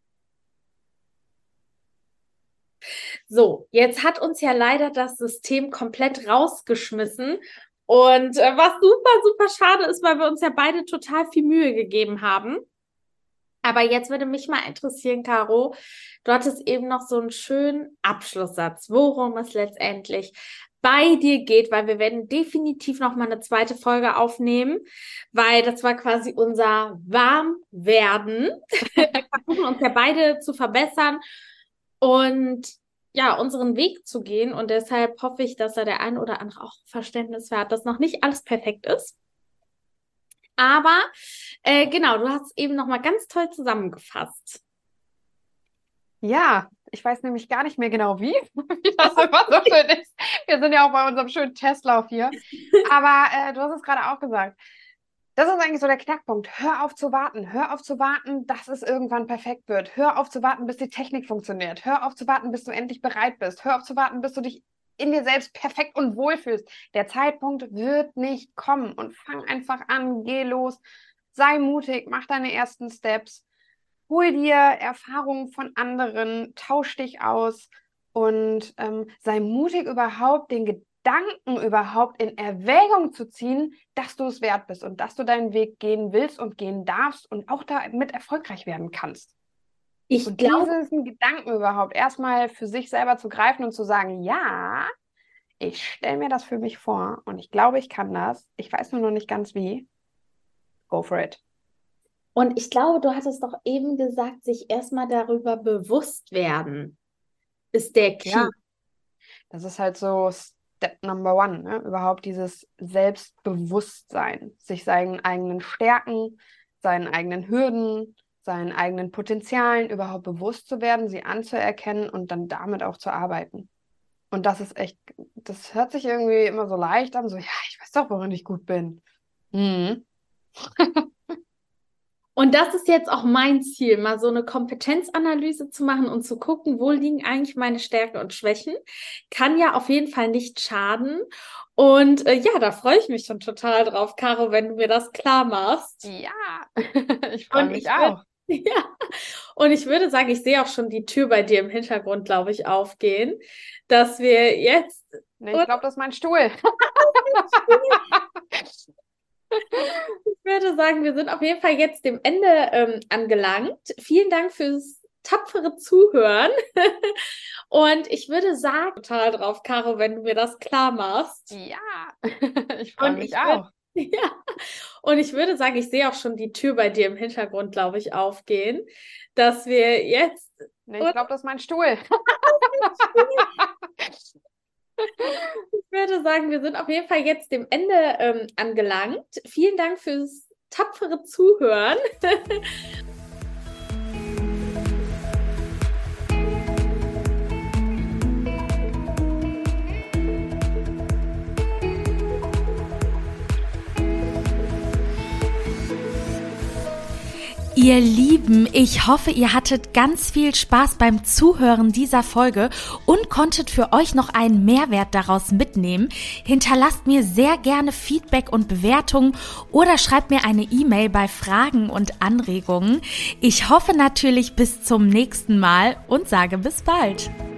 So, jetzt hat uns ja leider das System komplett rausgeschmissen. Und was super, super schade ist, weil wir uns ja beide total viel Mühe gegeben haben. Aber jetzt würde mich mal interessieren, Caro, du hattest eben noch so einen schönen Abschlusssatz, worum es letztendlich bei dir geht, weil wir werden definitiv noch mal eine zweite Folge aufnehmen, weil das war quasi unser Warmwerden. Wir versuchen uns ja beide zu verbessern und ja, unseren Weg zu gehen. Und deshalb hoffe ich, dass da der ein oder andere auch Verständnis für hat, dass noch nicht alles perfekt ist. Aber genau, du hast es eben nochmal ganz toll zusammengefasst. Ja, ich weiß nämlich gar nicht mehr genau wie das immer so schön ist. Wir sind ja auch bei unserem schönen Testlauf hier. Aber du hast es gerade auch gesagt. Das ist eigentlich so der Knackpunkt. Hör auf zu warten. Hör auf zu warten, dass es irgendwann perfekt wird. Hör auf zu warten, bis die Technik funktioniert. Hör auf zu warten, bis du endlich bereit bist. Hör auf zu warten, bis du dich in dir selbst perfekt und wohl fühlst. Der Zeitpunkt wird nicht kommen. Und fang einfach an, geh los, sei mutig, mach deine ersten Steps. Hol dir Erfahrungen von anderen, tausch dich aus und sei mutig überhaupt, den Gedanken überhaupt in Erwägung zu ziehen, dass du es wert bist und dass du deinen Weg gehen willst und gehen darfst und auch damit erfolgreich werden kannst. Ich glaube, Diesen Gedanken überhaupt erstmal für sich selber zu greifen und zu sagen, ja, ich stelle mir das für mich vor und ich glaube, ich kann das. Ich weiß nur noch nicht ganz wie. Go for it. und ich glaube, du hattest doch eben gesagt, sich erstmal darüber bewusst werden, ist der Key. Ja, das ist halt so Step Number One, ne? Überhaupt dieses Selbstbewusstsein, sich seinen eigenen Stärken, seinen eigenen Hürden, seinen eigenen Potenzialen überhaupt bewusst zu werden, sie anzuerkennen und dann damit auch zu arbeiten. Und das ist echt, das hört sich irgendwie immer so leicht an, so, ja, ich weiß doch, worin ich gut bin. Mhm. Und das ist jetzt auch mein Ziel, mal so eine Kompetenzanalyse zu machen und zu gucken, wo liegen eigentlich meine Stärken und Schwächen. Kann ja auf jeden Fall nicht schaden. Und ja, da freue ich mich schon total drauf, Caro, wenn du mir das klar machst. Ja, ich freue Und mich ich würde, auch. ja, und ich würde sagen, ich sehe auch schon die Tür bei dir im Hintergrund, glaube ich, aufgehen, dass wir jetzt. Nee, ich glaube, das ist mein Stuhl. Ich würde sagen, wir sind auf jeden Fall jetzt dem Ende angelangt. Vielen Dank fürs tapfere Zuhören. Und ich würde sagen, total drauf, Caro, wenn du mir das klar machst. Ja, ich freue Und mich ich auch. ja, und ich würde sagen, ich sehe auch schon die Tür bei dir im Hintergrund, glaube ich, aufgehen, dass wir jetzt. Nee, ich glaube, das ist mein Stuhl. Ich würde sagen, wir sind auf jeden Fall jetzt dem Ende angelangt. Vielen Dank fürs tapfere Zuhören. Ihr Lieben, ich hoffe, ihr hattet ganz viel Spaß beim Zuhören dieser Folge und konntet für euch noch einen Mehrwert daraus mitnehmen. Hinterlasst mir sehr gerne Feedback und Bewertungen oder schreibt mir eine E-Mail bei Fragen und Anregungen. Ich hoffe natürlich bis zum nächsten Mal und sage bis bald.